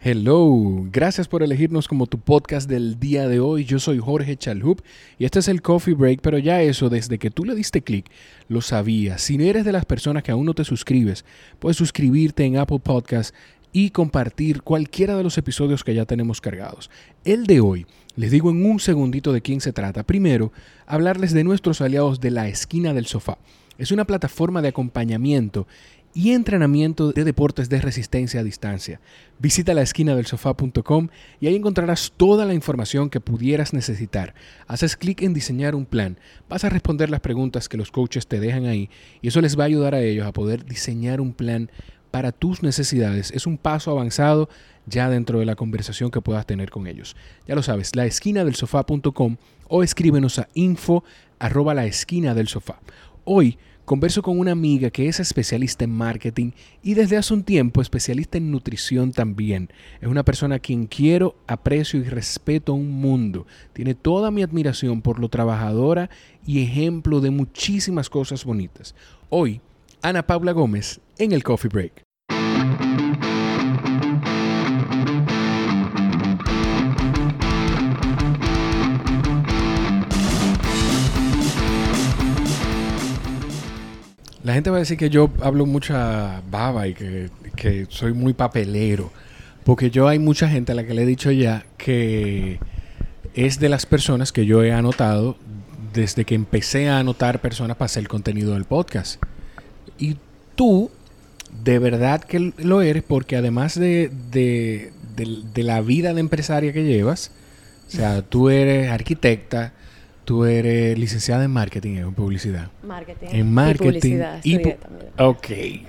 Hello, gracias por elegirnos como tu podcast del día de hoy. Yo soy Jorge Chalhub y este es el Coffee Break, pero ya eso, desde que tú le diste clic, lo sabías. Si eres de las personas que aún no te suscribes, puedes suscribirte en Apple Podcasts y compartir cualquiera de los episodios que ya tenemos cargados. El de hoy, les digo en un segundito de quién se trata. Primero, hablarles de nuestros aliados de La Esquina del Sofá. Es una plataforma de acompañamiento y entrenamiento de deportes de resistencia a distancia. Visita laesquinadelsofá.com y ahí encontrarás toda la información que pudieras necesitar. Haces clic en diseñar un plan, vas a responder las preguntas que los coaches te dejan ahí y eso les va a ayudar a ellos a poder diseñar un plan para tus necesidades. Es un paso avanzado ya dentro de la conversación que puedas tener con ellos. Ya lo sabes, laesquinadelsofá.com o escríbenos a info@laesquinadelsofá. Hoy converso con una amiga que es especialista en marketing y desde hace un tiempo especialista en nutrición también. Es una persona a quien quiero, aprecio y respeto un mundo. Tiene toda mi admiración por lo trabajadora y ejemplo de muchísimas cosas bonitas. Hoy, Ana Paula Gómez en el Coffee Break. La gente va a decir que yo hablo mucha baba y que soy muy papelero. Porque yo hay mucha gente a la que le he dicho ya que es de las personas que yo he anotado desde que empecé a anotar personas para hacer el contenido del podcast. Y tú, de verdad que lo eres, porque además de la vida de empresaria que llevas, o sea, tú eres arquitecta, tú eres licenciada en marketing, en publicidad. Marketing. En marketing. Y publicidad. También. Ok.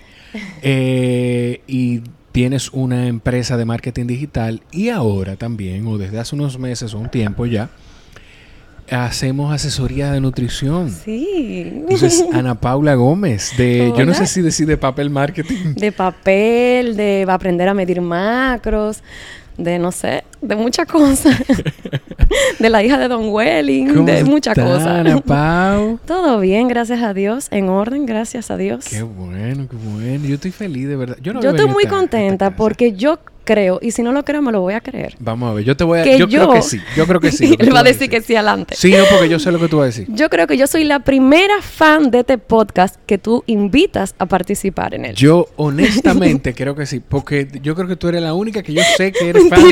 Y tienes una empresa de marketing digital y ahora también, o desde hace unos meses o un tiempo ya, hacemos asesoría de nutrición. Sí. Entonces, Ana Paula Gómez, Hola. Yo no sé si decide papel marketing. De papel, de aprender a medir macros, de no sé, de muchas cosas. De la hija de Don Welling, de muchas cosas. Ana Pau? Todo bien, gracias a Dios, en orden, gracias a Dios. Qué bueno, qué bueno. Yo estoy feliz, de verdad. Yo estoy muy contenta porque yo creo, y si no lo creo, me lo voy a creer. Vamos a ver, yo creo que sí. Yo creo que sí. Él va a decir que sí adelante. Sí, no, porque yo sé lo que tú vas a decir. Yo creo que yo soy la primera fan de este podcast que tú invitas a participar en él. Yo honestamente creo que sí, porque yo creo que tú eres la única que yo sé que eres fan.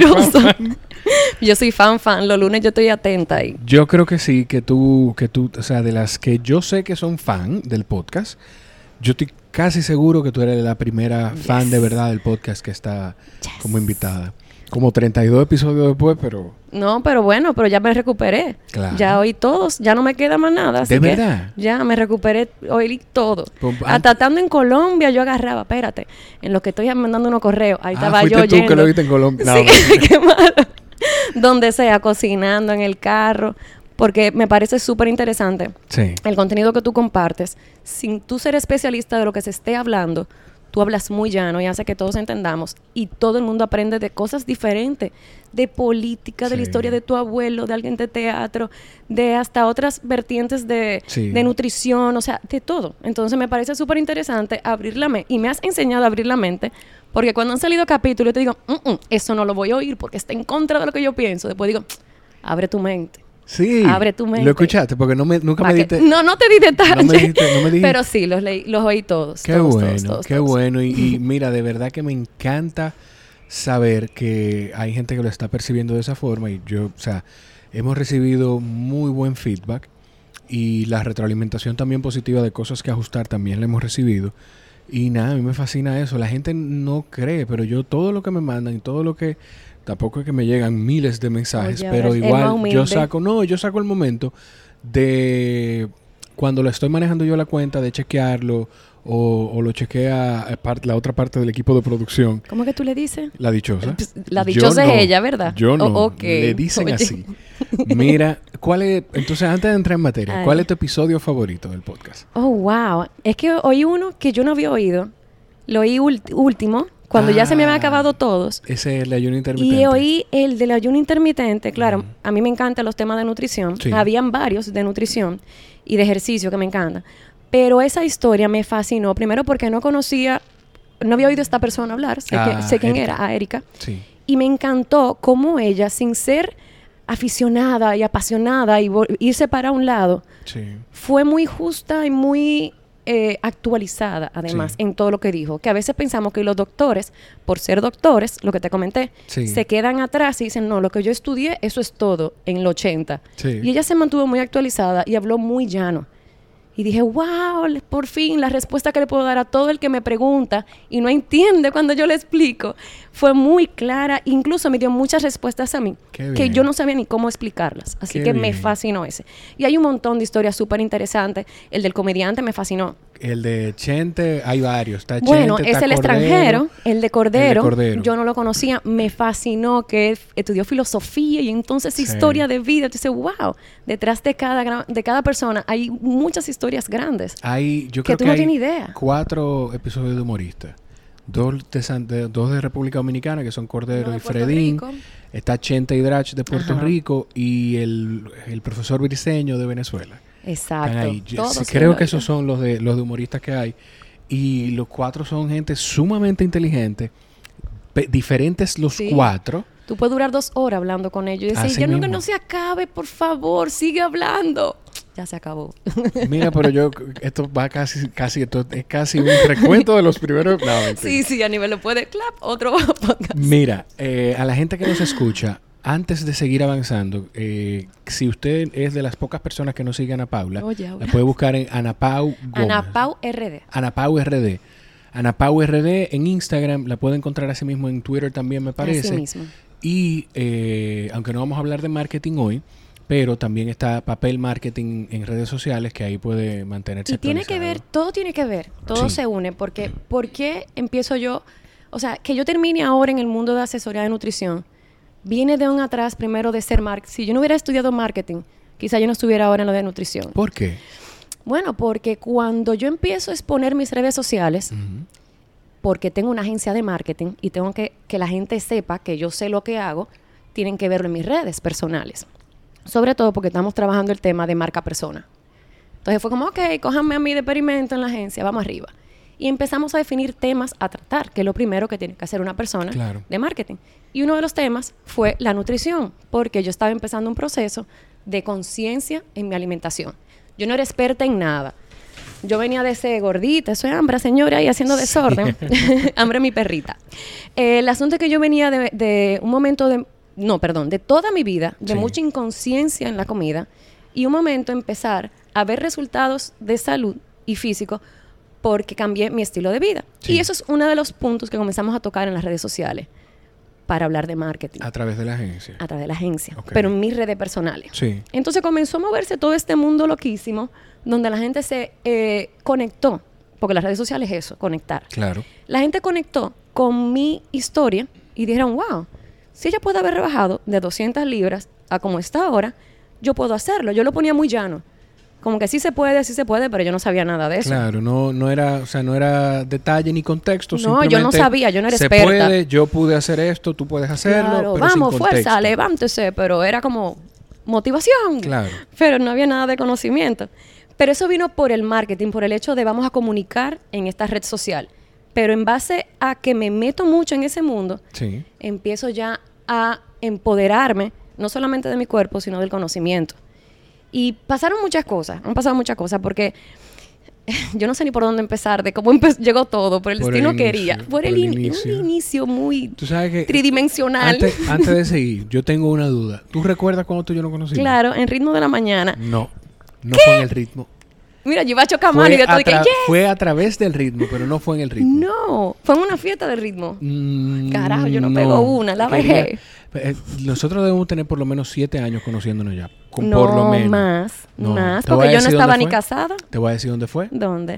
Yo soy fan. Los lunes yo estoy atenta ahí. Yo creo que sí, que tú, o sea, de las que yo sé que son fan del podcast, yo estoy casi seguro que tú eres la primera fan de verdad del podcast que está como invitada. Como 32 episodios después, pero... No, pero bueno, pero ya me recuperé. Claro. Ya oí todos, ya no me queda más nada. Así ¿De verdad? Ya me recuperé, oí todo. Hasta estando en Colombia yo agarraba, espérate, en lo que estoy mandando unos correos, ahí estaba yo fuiste tú que lo viste en Colombia. No, sí, qué malo. Donde sea, cocinando, en el carro, porque me parece súper interesante. Sí. El contenido que tú compartes, sin tú ser especialista de lo que se esté hablando, tú hablas muy llano y hace que todos entendamos y todo el mundo aprende de cosas diferentes, de política, de la historia de tu abuelo, de alguien de teatro, de hasta otras vertientes de nutrición, o sea, de todo. Entonces me parece súper interesante abrir la mente y me has enseñado a abrir la mente porque cuando han salido capítulos yo te digo, eso no lo voy a oír porque está en contra de lo que yo pienso. Después digo, abre tu mente. Sí. Abre tu mente. ¿Lo escuchaste? Porque nunca me diste... No te di detalles. No me dijiste. Pero sí, los oí todos. Qué bueno. Y mira, de verdad que me encanta saber que hay gente que lo está percibiendo de esa forma. Y yo, o sea, hemos recibido muy buen feedback. Y la retroalimentación también positiva de cosas que ajustar también la hemos recibido. Y nada, a mí me fascina eso. La gente no cree, pero yo todo lo que me mandan y todo lo que... Tampoco es que me llegan miles de mensajes, oye, pero igual yo saco el momento de cuando lo estoy manejando yo la cuenta de chequearlo o lo chequea la otra parte del equipo de producción. ¿Cómo que tú le dices? La dichosa. La dichosa es ella, ¿verdad? Yo no. Okay. Le dicen así. Mira, entonces antes de entrar en materia, ¿cuál es tu episodio favorito del podcast? Oh, wow. Es que oí uno que yo no había oído. Lo oí último. Cuando ya se me habían acabado todos. Ese es el ayuno intermitente. Y oí el del ayuno intermitente. Claro, a mí me encantan los temas de nutrición. Sí. Habían varios de nutrición y de ejercicio que me encantan. Pero esa historia me fascinó. Primero porque no había oído a esta persona hablar. Sé quién era, a Erika. Sí. Y me encantó cómo ella, sin ser aficionada y apasionada y irse para un lado, fue muy justa y muy actualizada, además, en todo lo que dijo. Que a veces pensamos que los doctores, por ser doctores, lo que te comenté, se quedan atrás y dicen, no, lo que yo estudié, eso es todo, en el 80. Y ella se mantuvo muy actualizada y habló muy llano. Y dije, wow, por fin la respuesta que le puedo dar a todo el que me pregunta y no entiende cuando yo le explico fue muy clara. Incluso me dio muchas respuestas a mí que yo no sabía ni cómo explicarlas. Así que me fascinó ese. Y hay un montón de historias súper interesantes. El del comediante me fascinó. El de Chente, hay varios. Está bueno, Chente, es está el Cordero, extranjero, el de Cordero. Yo no lo conocía. Me fascinó que él estudió filosofía y entonces historia de vida. Entonces, wow, detrás de cada persona hay muchas historias grandes. Yo creo que tú no tienes idea. 4 episodios de humoristas. 2 de República Dominicana, que son Cordero y Fredín. Está Chente y Drach de Puerto Rico y el profesor Briceño de Venezuela. Exacto. Creo que esos son los de humoristas que hay. Y los 4 son gente sumamente inteligente. Diferentes los 4. Tú puedes durar 2 horas hablando con ellos y decir, que no se acabe, por favor, sigue hablando. Ya se acabó. Mira, pero esto va casi, esto es casi un recuento de los primeros. No, sí, a nivel lo puede, otro podcast. Mira, a la gente que nos escucha, antes de seguir avanzando, si usted es de las pocas personas que no siguen a Paula, la puede buscar en Anapau Gómez. Anapau RD. Anapau RD. Anapau RD en Instagram, la puede encontrar así mismo en Twitter también, me parece. Así mismo. Y aunque no vamos a hablar de marketing hoy, pero también está Papel Marketing en redes sociales, que ahí puede mantenerse actualizado. Y todo tiene que ver, todo se une, porque ¿por qué empiezo yo? O sea, que yo termine ahora en el mundo de asesoría de nutrición, viene de un atrás primero de ser marketing. Si yo no hubiera estudiado marketing, quizá yo no estuviera ahora en lo de nutrición. ¿Por qué? Bueno, porque cuando yo empiezo a exponer mis redes sociales, porque tengo una agencia de marketing y tengo que la gente sepa que yo sé lo que hago, tienen que verlo en mis redes personales. Sobre todo porque estamos trabajando el tema de marca persona. Entonces fue como, ok, cójanme a mí de experimento en la agencia, vamos arriba. Y empezamos a definir temas a tratar, que es lo primero que tiene que hacer una persona de marketing. Y uno de los temas fue la nutrición, porque yo estaba empezando un proceso de conciencia en mi alimentación. Yo no era experta en nada. Yo venía de ser gordita, eso es hambre, señora, y haciendo desorden. Hambre mi perrita. El asunto es que yo venía de un momento de toda mi vida, de mucha inconsciencia en la comida, y un momento empezar a ver resultados de salud y físico porque cambié mi estilo de vida. Y eso es uno de los puntos que comenzamos a tocar en las redes sociales para hablar de marketing. ¿A través de la agencia? A través de la agencia, pero en mis redes personales. Sí. Entonces comenzó a moverse todo este mundo loquísimo donde la gente se conectó, porque las redes sociales es eso, conectar. Claro. La gente conectó con mi historia y dijeron, wow, si ella puede haber rebajado de 200 libras a como está ahora, yo puedo hacerlo. Yo lo ponía muy llano. Como que sí se puede, pero yo no sabía nada de eso. Claro, no era detalle ni contexto. No, yo no sabía, yo no era experta. Se puede, yo pude hacer esto, tú puedes hacerlo, claro, pero vamos, sin contexto. fuerza, levántese, pero era como motivación. Claro. Pero no había nada de conocimiento. Pero eso vino por el marketing, por el hecho de vamos a comunicar en esta red social. Pero en base a que me meto mucho en ese mundo, empiezo ya a empoderarme, no solamente de mi cuerpo, sino del conocimiento. Y han pasado muchas cosas, porque yo no sé ni por dónde empezar, de cómo llegó todo, por el destino que quería. Por el inicio muy tridimensional. Antes de seguir, yo tengo una duda. ¿Tú recuerdas cuando tú y yo nos conocimos? Claro, en Ritmo de la Mañana. No fue en el ritmo. Mira, yo iba a chocar mano y yo estoy que yes. Fue a través del ritmo, pero no fue en el ritmo. No, fue en una fiesta del ritmo. Carajo, yo no pego una, la vejé. Nosotros debemos tener por lo menos 7 años conociéndonos ya. Por lo menos. Más, porque yo no estaba ni casada. Te voy a decir dónde fue. ¿Dónde?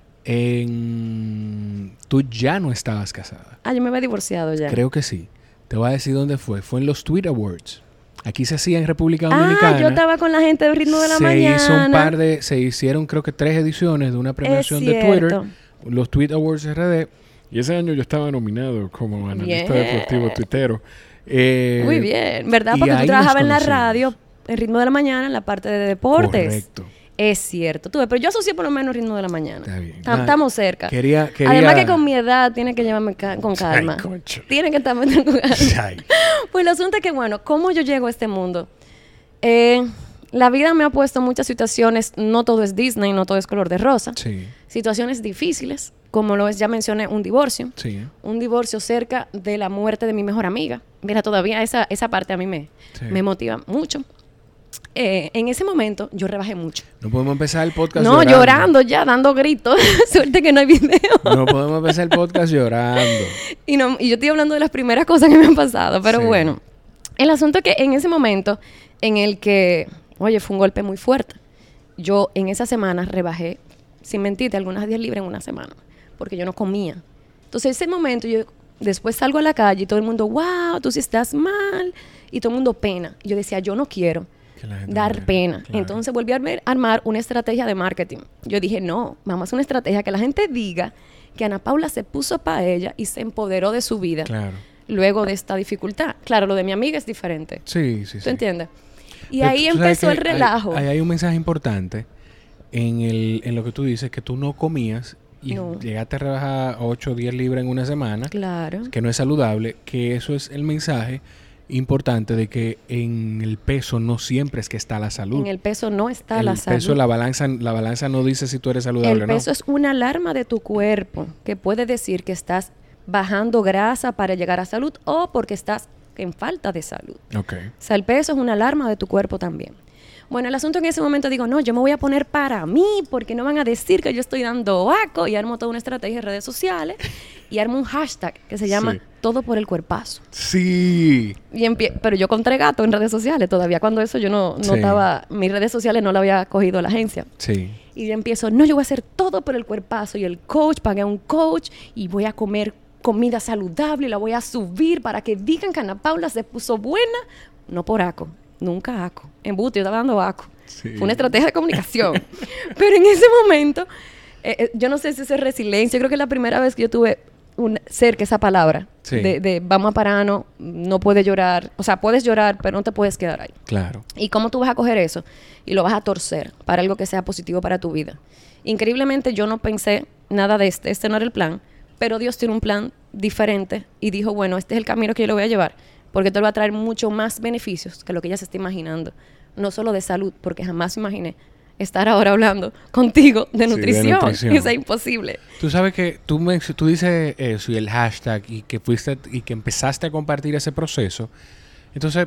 Tú ya no estabas casada. Yo me había divorciado ya. Creo que sí. Te voy a decir dónde fue. Fue en los Tweet Awards. Aquí se hacía en República Dominicana. Yo estaba con la gente del Ritmo de la Mañana. Se hicieron creo que 3 ediciones de una premiación de Twitter. Los Tweet Awards RD. Y ese año yo estaba nominado como analista deportivo tuitero. Muy bien, ¿verdad? Porque tú trabajabas en la radio, el Ritmo de la Mañana, en la parte de deportes. Correcto. Es cierto. Tú ves, pero yo asocié por lo menos el ritmo de la mañana. Está bien. Estamos cerca. Quería... Además que con mi edad tiene que llevarme con calma. Ay, concho. Tiene que estar metiendo con calma. Ay. Pues el asunto es que, bueno, ¿cómo yo llego a este mundo? La vida me ha puesto muchas situaciones, no todo es Disney, no todo es color de rosa. Sí. Situaciones difíciles, como lo es, ya mencioné, un divorcio. Sí. Un divorcio cerca de la muerte de mi mejor amiga. Mira, todavía esa parte a mí me motiva mucho. En ese momento yo rebajé mucho. No podemos empezar el podcast No, llorando ya, dando gritos. Suerte que no hay video. No podemos empezar el podcast llorando. Y yo estoy hablando de las primeras cosas que me han pasado. Pero Sí. bueno, el asunto es que en ese momento en el que, oye, fue un golpe muy fuerte. Yo en esa semana rebajé, sin mentirte, algunas 10 libras en una semana. Porque yo no comía. Entonces ese momento yo después salgo a la calle y todo el mundo, wow, tú sí estás mal. Y todo el mundo pena. Y yo decía, yo no quiero dar pena. Claro. Entonces volví a armar una estrategia de marketing. Yo dije, no, vamos a hacer una estrategia que la gente diga que Ana Paula se puso para ella y se empoderó de su vida. Claro. Luego de esta dificultad. Claro, lo de mi amiga es diferente. Sí, sí, sí. ¿Tú entiendes? Y Pero ahí tú sabes empezó que el relajo. Hay un mensaje importante en lo que tú dices, que tú no comías y No. llegaste a rebajar 8 o 10 libras en una semana, Claro. que no es saludable, que eso es el mensaje importante de que en el peso no siempre es que está la salud. En el peso no está la salud. El peso, la balanza no dice si tú eres saludable o El no. peso es una alarma de tu cuerpo que puede decir que estás bajando grasa para llegar a salud o porque estás en falta de salud. Ok. O sea, el peso es una alarma de tu cuerpo también. Bueno, el asunto en ese momento digo, no, yo me voy a poner para mí porque no van a decir que yo estoy dando vaco, y armo toda una estrategia en redes sociales y armo un hashtag que se llama Sí. Todo por el Cuerpazo. Sí. Pero yo encontré gato en redes sociales todavía, cuando eso yo no Sí. estaba, mis redes sociales no la había cogido la agencia. Sí. Y yo empiezo, no, yo voy a hacer todo por el cuerpazo. Y el coach, pagué a un coach y voy a comer comida saludable y la voy a subir para que digan que Ana Paula se puso buena. No por aco, nunca aco. Embuste, yo estaba dando aco. Sí. Fue una estrategia de comunicación. Pero en ese momento, yo no sé si eso es resiliencia. Yo creo que es la primera vez que yo tuve cerca esa palabra. Sí. De vamos a pararnos, no puedes llorar. O sea, puedes llorar, pero no te puedes quedar ahí. Claro. ¿Y cómo tú vas a coger eso? Y lo vas a torcer para algo que sea positivo para tu vida. Increíblemente, yo no pensé nada de este no era el plan, pero Dios tiene un plan diferente y dijo, bueno, este es el camino que yo le voy a llevar, porque te va a traer mucho más beneficios que lo que ella se está imaginando. No solo de salud, porque jamás imaginé estar ahora hablando contigo de Sí, de nutrición. nutrición. Eso es imposible. Tú sabes que tú dices eso y el hashtag y que empezaste a compartir ese proceso. Entonces,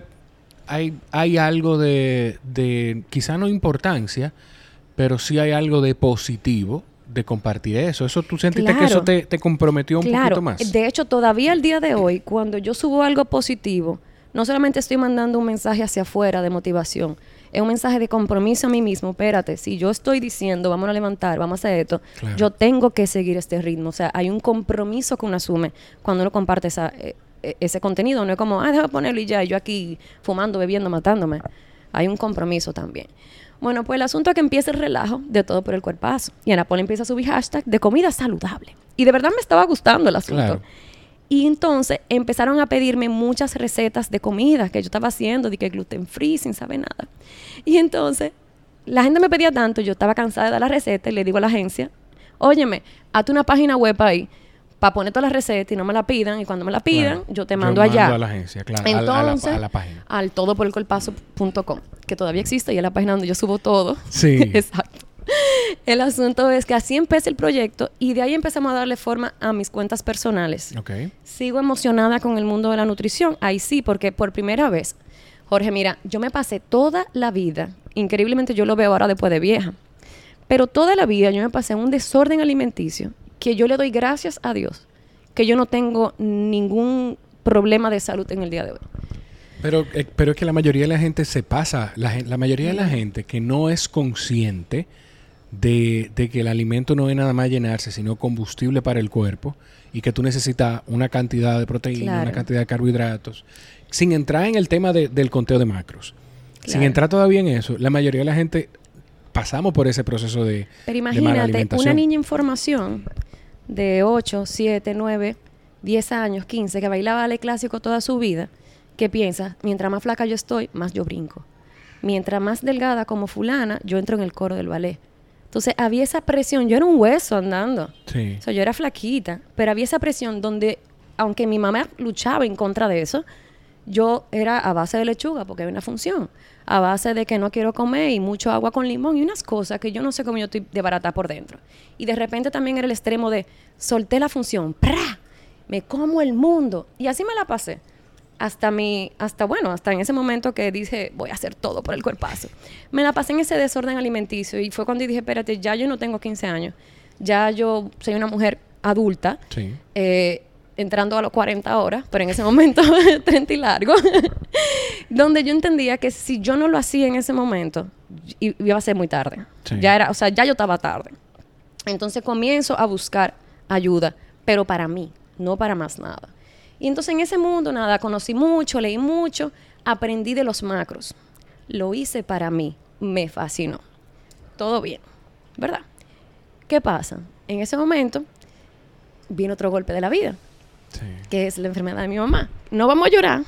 hay algo de quizá no importancia, pero sí hay algo de positivo de compartir eso. ¿Eso tú sentiste que eso te comprometió un poquito más? De hecho, todavía al día de hoy, cuando yo subo algo positivo, no solamente estoy mandando un mensaje hacia afuera de motivación, es un mensaje de compromiso a mí mismo. Espérate, si yo estoy diciendo, vamos a levantar, vamos a hacer esto, Claro. yo tengo que seguir este ritmo. O sea, hay un compromiso que uno asume cuando uno comparte ese contenido. No es como, déjame ponerlo y ya, y yo aquí fumando, bebiendo, matándome. Hay un compromiso también. Bueno, pues el asunto es que empieza el relajo de Todo por el Cuerpazo. Y Ana Paula empieza a subir hashtag de comida saludable. Y de verdad me estaba gustando el asunto. Claro. Y entonces empezaron a pedirme muchas recetas de comida que yo estaba haciendo, de que gluten free, sin saber nada. Y entonces la gente me pedía tanto, yo estaba cansada de dar la receta y le digo a la agencia, óyeme, hazte una página web ahí para poner todas las recetas y no me la pidan. Y cuando me la pidan, Claro. yo te mando allá. a la agencia, claro. Entonces, a la página. al todoporelcuerpazo.com, que todavía existe y es la página donde yo subo todo. Sí. Exacto. El asunto es que así empecé el proyecto y de ahí empezamos a darle forma a mis cuentas personales. Ok. Sigo emocionada con el mundo de la nutrición. Ahí sí, porque por primera vez, Jorge, mira, yo me pasé toda la vida, increíblemente yo lo veo ahora después de vieja, pero toda la vida yo me pasé en un desorden alimenticio que yo le doy gracias a Dios, que yo no tengo ningún problema de salud en el día de hoy. Pero es que la mayoría de la gente se pasa, la mayoría de la gente que no es consciente de que el alimento no es nada más llenarse, sino combustible para el cuerpo y que tú necesitas una cantidad de proteína, Claro. una cantidad de carbohidratos, sin entrar en el tema del conteo de macros. Sin Claro. entrar todavía en eso, la mayoría de la gente pasamos por ese proceso de Pero mala imagínate, alimentación. una niña en formación de 8, 7, 9, 10 años, 15, que bailaba ballet clásico toda su vida, que piensa, mientras más flaca yo estoy, más yo brinco. mientras más delgada como fulana, yo entro en el coro del ballet. Entonces, había esa presión. Yo era un hueso andando. Sí. O sea, yo era flaquita, pero había esa presión donde, aunque mi mamá luchaba en contra de eso, yo era a base de lechuga, porque había una función. A base de que no quiero comer y mucho agua con limón y unas cosas que yo no sé cómo yo estoy de barata por dentro. Y de repente también era el extremo de solté la función, ¡pra! Me como el mundo. Y así me la pasé. Hasta en ese momento que dije, voy a hacer todo por el cuerpazo. Me la pasé en ese desorden alimenticio y fue cuando dije, espérate, ya yo no tengo 15 años. Ya yo soy una mujer adulta. Sí. Entrando a los 40 horas, pero en ese momento 30 y largo, donde yo entendía que si yo no lo hacía en ese momento, iba a ser muy tarde. Sí. Ya yo estaba tarde. Entonces comienzo a buscar ayuda, pero para mí, no para más nada. Y entonces en ese mundo, conocí mucho, leí mucho, aprendí de los macros. Lo hice para mí, me fascinó. Todo bien, ¿verdad? ¿Qué pasa? En ese momento vino otro golpe de la vida. Sí. Que es la enfermedad de mi mamá. No vamos a llorar.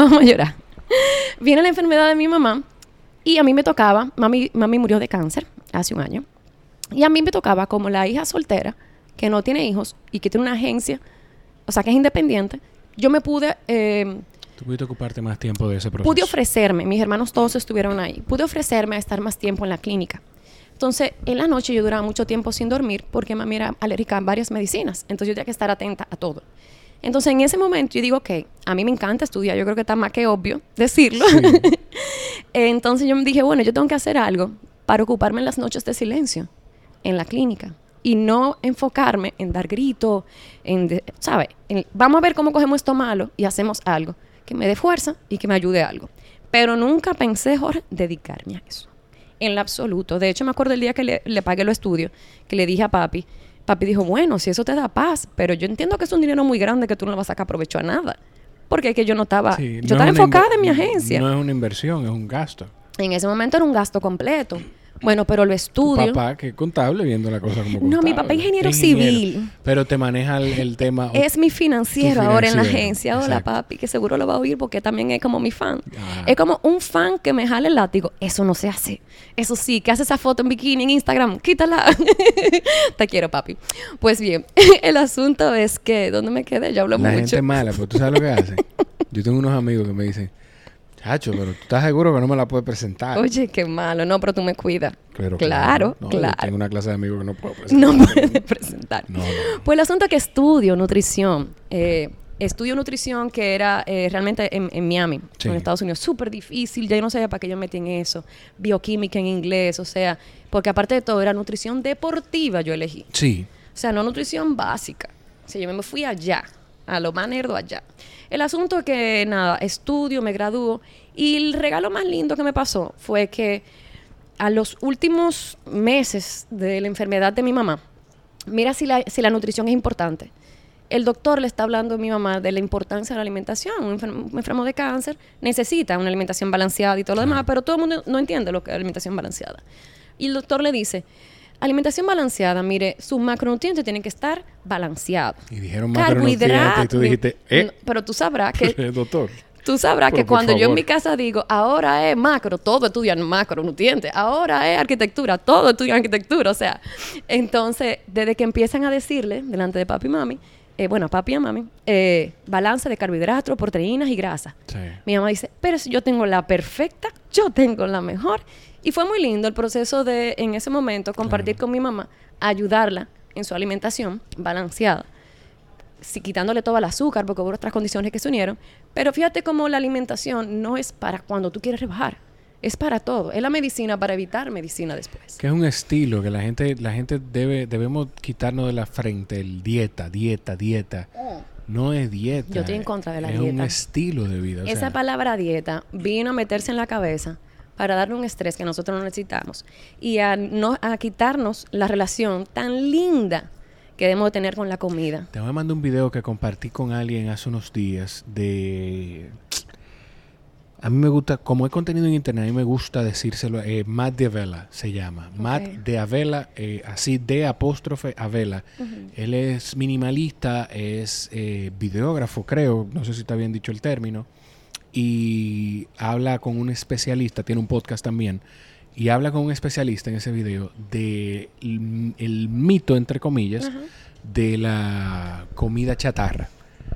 Viene la enfermedad de mi mamá y a mí me tocaba, mami murió de cáncer hace un año, y a mí me tocaba como la hija soltera, que no tiene hijos y que tiene una agencia, o sea, que es independiente, yo me pude... Tú pudiste ocuparte más tiempo de ese proceso. Pude ofrecerme, mis hermanos todos estuvieron ahí, pude ofrecerme a estar más tiempo en la clínica. Entonces, en la noche yo duraba mucho tiempo sin dormir porque mami era alérgica a varias medicinas, entonces yo tenía que estar atenta a todo. Entonces, en ese momento yo digo, ok, a mí me encanta estudiar, yo creo que está más que obvio decirlo. Sí. Entonces yo me dije, bueno, yo tengo que hacer algo para ocuparme en las noches de silencio en la clínica y no enfocarme en dar gritos, ¿sabes? Vamos a ver cómo cogemos esto malo y hacemos algo que me dé fuerza y que me ayude a algo. Pero nunca pensé, Jorge, dedicarme a eso. En lo absoluto. De hecho, me acuerdo el día que le pagué los estudios, que le dije a papi, papi dijo, bueno, si eso te da paz, pero yo entiendo que es un dinero muy grande que tú no le vas a sacar provecho a nada. Porque es que yo no estaba... Sí, yo estaba enfocada en mi agencia. No es una inversión, es un gasto. En ese momento era un gasto completo. Bueno, pero lo estudio... Tu papá, que es contable, viendo la cosa como contable. No, mi papá es ingeniero civil. Pero te maneja el tema... Es mi financiero ahora en la agencia. Exacto. Hola, papi, que seguro lo va a oír porque también es como mi fan. Es como un fan que me jale el látigo. Eso no se hace. Eso sí, que hace esa foto en bikini en Instagram. Quítala. Te quiero, papi. Pues bien, el asunto es que... ¿Dónde me quedé? Yo hablo mucho. La gente mala, pues tú sabes lo que hacen. Yo tengo unos amigos que me dicen... Chacho, pero tú estás seguro que no me la puedes presentar. Oye, qué malo. No, pero tú me cuidas. Pero claro. Yo tengo una clase de amigos que no puedo presentar. No puedes presentar. No. Pues el asunto es que estudio nutrición. Estudio nutrición que era realmente en Miami, sí. En Estados Unidos. Súper difícil. Ya yo no sabía para qué yo me metí en eso. Bioquímica en inglés. O sea, porque aparte de todo era nutrición deportiva yo elegí. Sí. O sea, no nutrición básica. O sea, yo me fui allá. A lo más nerdo allá. El asunto es que, estudio, me gradúo. Y el regalo más lindo que me pasó fue que a los últimos meses de la enfermedad de mi mamá, mira si la nutrición es importante. El doctor le está hablando a mi mamá de la importancia de la alimentación. Un enfermo de cáncer necesita una alimentación balanceada y todo lo demás, pero todo el mundo no entiende lo que es alimentación balanceada. Y el doctor le dice... Alimentación balanceada, mire, sus macronutrientes tienen que estar balanceados. Y dijeron macronutrientes y tú dijiste, No, pero tú sabrás que... doctor. Tú sabrás que cuando yo en mi casa digo, ahora es macro, todo estudian macronutrientes. Ahora es arquitectura, todo estudian arquitectura. O sea, entonces, desde que empiezan a decirle, delante de papi y mami, papi y mami, balance de carbohidratos, proteínas y grasas. Sí. Mi mamá dice, pero si yo tengo la perfecta, yo tengo la mejor. Y fue muy lindo el proceso de, en ese momento, compartir con mi mamá, ayudarla en su alimentación balanceada, quitándole todo el azúcar, porque hubo otras condiciones que se unieron. Pero fíjate cómo la alimentación no es para cuando tú quieres rebajar, es para todo. Es la medicina para evitar medicina después. Que es un estilo que la gente debemos quitarnos de la frente, el dieta. No es dieta. Yo estoy en contra de la dieta. Es un estilo de vida. Esa palabra dieta vino a meterse en la cabeza para darle un estrés que nosotros no necesitamos y a quitarnos la relación tan linda que debemos tener con la comida. Te voy a mandar un video que compartí con alguien hace unos días de... A mí me gusta, como hay contenido en internet, a mí me gusta decírselo. Matt D'Avella se llama. Okay. Matt D'Avella, así D''Avella. Uh-huh. Él es minimalista, es videógrafo, creo. No sé si está bien dicho el término. y habla con un especialista, tiene un podcast también, y habla con un especialista en ese video de el mito, entre comillas, de la comida chatarra.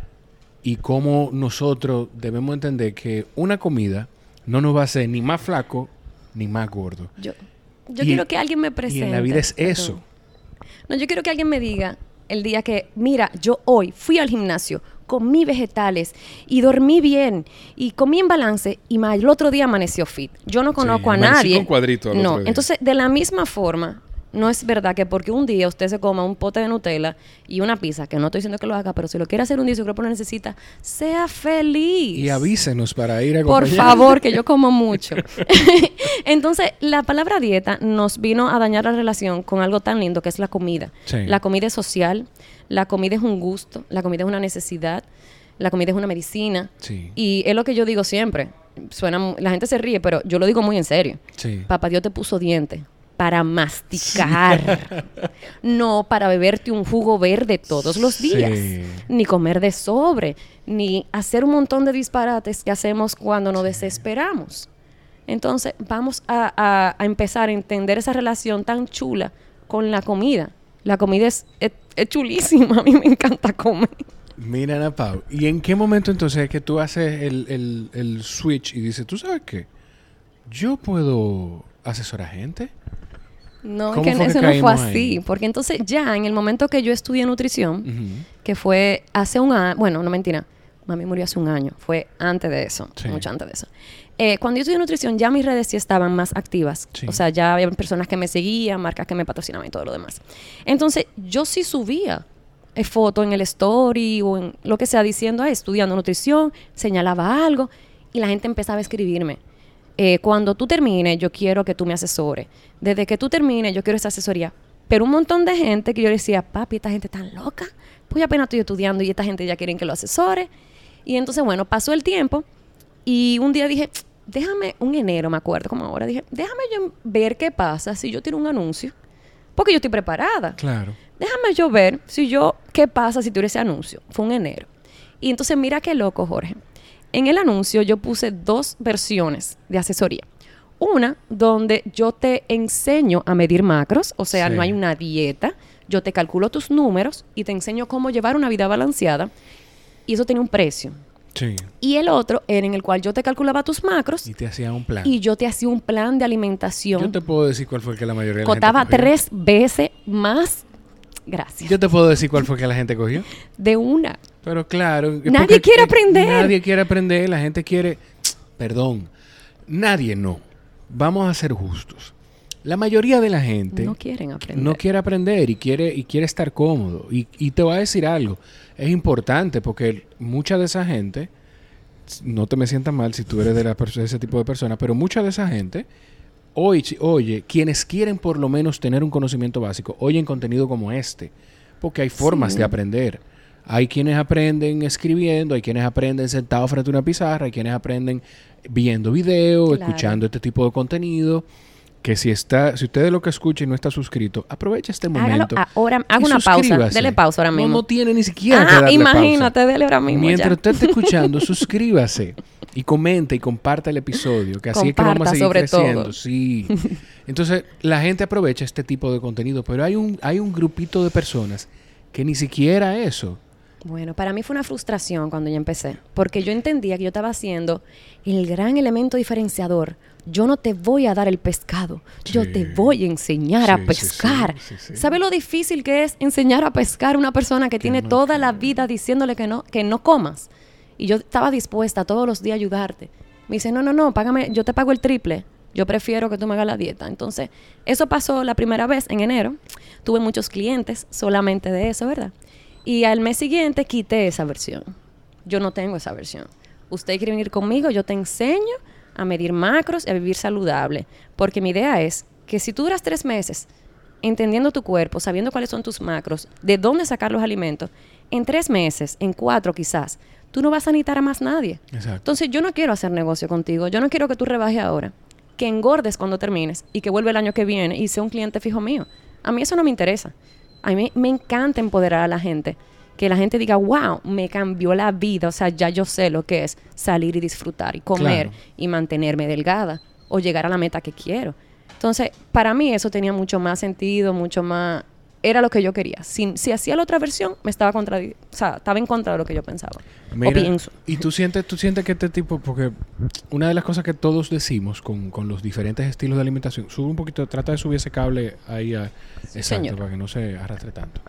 Y cómo nosotros debemos entender que una comida no nos va a hacer ni más flaco ni más gordo. Yo quiero que alguien me presente. Y en la vida es eso. No, yo quiero que alguien me diga el día que, mira, yo hoy fui al gimnasio, comí vegetales y dormí bien y comí en balance y el otro día amaneció fit. Yo no conozco a nadie. Con cuadrito al no, otro día. Entonces de la misma forma, no es verdad que porque un día usted se coma un pote de Nutella y una pizza, que no estoy diciendo que lo haga, pero si lo quiere hacer un día y su cuerpo lo necesita, sea feliz. Y avísenos para ir a Por acompañar. favor, que yo como mucho. Entonces, la palabra dieta nos vino a dañar la relación con algo tan lindo que es la comida. Sí. La comida es social, la comida es un gusto, la comida es una necesidad, la comida es una medicina. Sí. Y es lo que yo digo siempre. La gente se ríe, pero yo lo digo muy en serio. Sí. Papá Dios te puso dientes para masticar, no para beberte un jugo verde todos los días, ni comer de sobre, ni hacer un montón de disparates que hacemos cuando nos desesperamos. Entonces, vamos a empezar a entender esa relación tan chula con la comida. La comida es chulísima, a mí me encanta comer. Mira, Ana Pau, ¿y en qué momento entonces es que tú haces el switch y dices, ¿tú sabes qué? Yo puedo asesorar gente. No, es que eso no fue así. Ahí? Porque entonces ya en el momento que yo estudié nutrición, que fue hace un año, bueno, no mentira, mami murió hace un año, fue antes de eso, mucho antes de eso. Cuando yo estudié nutrición ya mis redes sí estaban más activas. Sí. O sea, ya había personas que me seguían, marcas que me patrocinaban y todo lo demás. Entonces yo sí subía fotos en el story o en lo que sea diciendo, estudiando nutrición, señalaba algo y la gente empezaba a escribirme. Cuando tú termines, yo quiero que tú me asesores. Desde que tú termines, yo quiero esa asesoría. Pero un montón de gente que yo decía, papi, esta gente tan loca. Pues apenas estoy estudiando y esta gente ya quieren que lo asesore. Y entonces, bueno, pasó el tiempo y un día dije, déjame, un enero me acuerdo como ahora, dije, déjame yo ver qué pasa si yo tiro un anuncio. Porque yo estoy preparada. Claro. Déjame yo ver qué pasa si tiro ese anuncio. Fue un enero. Y entonces mira qué loco, Jorge. En el anuncio yo puse 2 versiones de asesoría. Una donde yo te enseño a medir macros, o sea, no hay una dieta. Yo te calculo tus números y te enseño cómo llevar una vida balanceada. Y eso tenía un precio. Sí. Y el otro era en el cual yo te calculaba tus macros. Y te hacía un plan. Y yo te hacía un plan de alimentación. Yo te puedo decir cuál fue el que la mayoría de la costaba gente cogió. 3 veces más. Gracias. Yo te puedo decir cuál fue que la gente cogió. De una. Pero claro. Nadie quiere aprender. Nadie quiere aprender. La gente quiere... Perdón. Nadie no. Vamos a ser justos. La mayoría de la gente... No quieren aprender. No quiere aprender y quiere estar cómodo. Y te voy a decir algo. Es importante porque mucha de esa gente... No te me sientas mal si tú eres de ese tipo de personas. Pero mucha de esa gente... Oye, quienes quieren por lo menos tener un conocimiento básico, oyen contenido como este. Porque hay formas de aprender. Hay quienes aprenden escribiendo, hay quienes aprenden sentados frente a una pizarra, hay quienes aprenden viendo videos, escuchando este tipo de contenido. Que si usted lo que escucha y no está suscrito, aprovecha este momento. Ahora, haga una pausa. Dele pausa ahora mismo. No tiene ni siquiera que darle imagínate, pausa. Dele ahora mismo. Mientras usted esté escuchando, suscríbase. Y comenta y comparta el episodio. Que así es que vamos a seguir creciendo. Todo. Sí. Entonces, la gente aprovecha este tipo de contenido. Pero hay un grupito de personas que ni siquiera eso. Bueno, para mí fue una frustración cuando yo empecé. Porque yo entendía que yo estaba haciendo el gran elemento diferenciador. Yo no te voy a dar el pescado. Yo te voy a enseñar a pescar. Sí. ¿Sabes lo difícil que es enseñar a pescar a una persona que tiene toda la vida diciéndole que no comas? Y yo estaba dispuesta todos los días a ayudarte. Me dice, no, págame, yo te pago el triple. Yo prefiero que tú me hagas la dieta. Entonces, eso pasó la primera vez en enero. Tuve muchos clientes solamente de eso, ¿verdad? Y al mes siguiente quité esa versión. Yo no tengo esa versión. Usted quiere venir conmigo, yo te enseño a medir macros y a vivir saludable. Porque mi idea es que si tú duras 3 meses entendiendo tu cuerpo, sabiendo cuáles son tus macros, de dónde sacar los alimentos, en 3 meses, en 4 quizás, tú no vas a necesitar a más nadie. Exacto. Entonces, yo no quiero hacer negocio contigo. Yo no quiero que tú rebajes ahora, que engordes cuando termines y que vuelva el año que viene y sea un cliente fijo mío. A mí eso no me interesa. A mí me encanta empoderar a la gente que la gente diga, wow, me cambió la vida. O sea, ya yo sé lo que es salir y disfrutar y comer y mantenerme delgada o llegar a la meta que quiero. Entonces, para mí eso tenía mucho más sentido, mucho más... Era lo que yo quería. Si hacía la otra versión, estaba en contra de lo que yo pensaba. Mira, o pienso. Y tú sientes que este tipo... Porque una de las cosas que todos decimos con los diferentes estilos de alimentación... Sube un poquito, trata de subir ese cable ahí exacto, señor, para que no se arrastre tanto.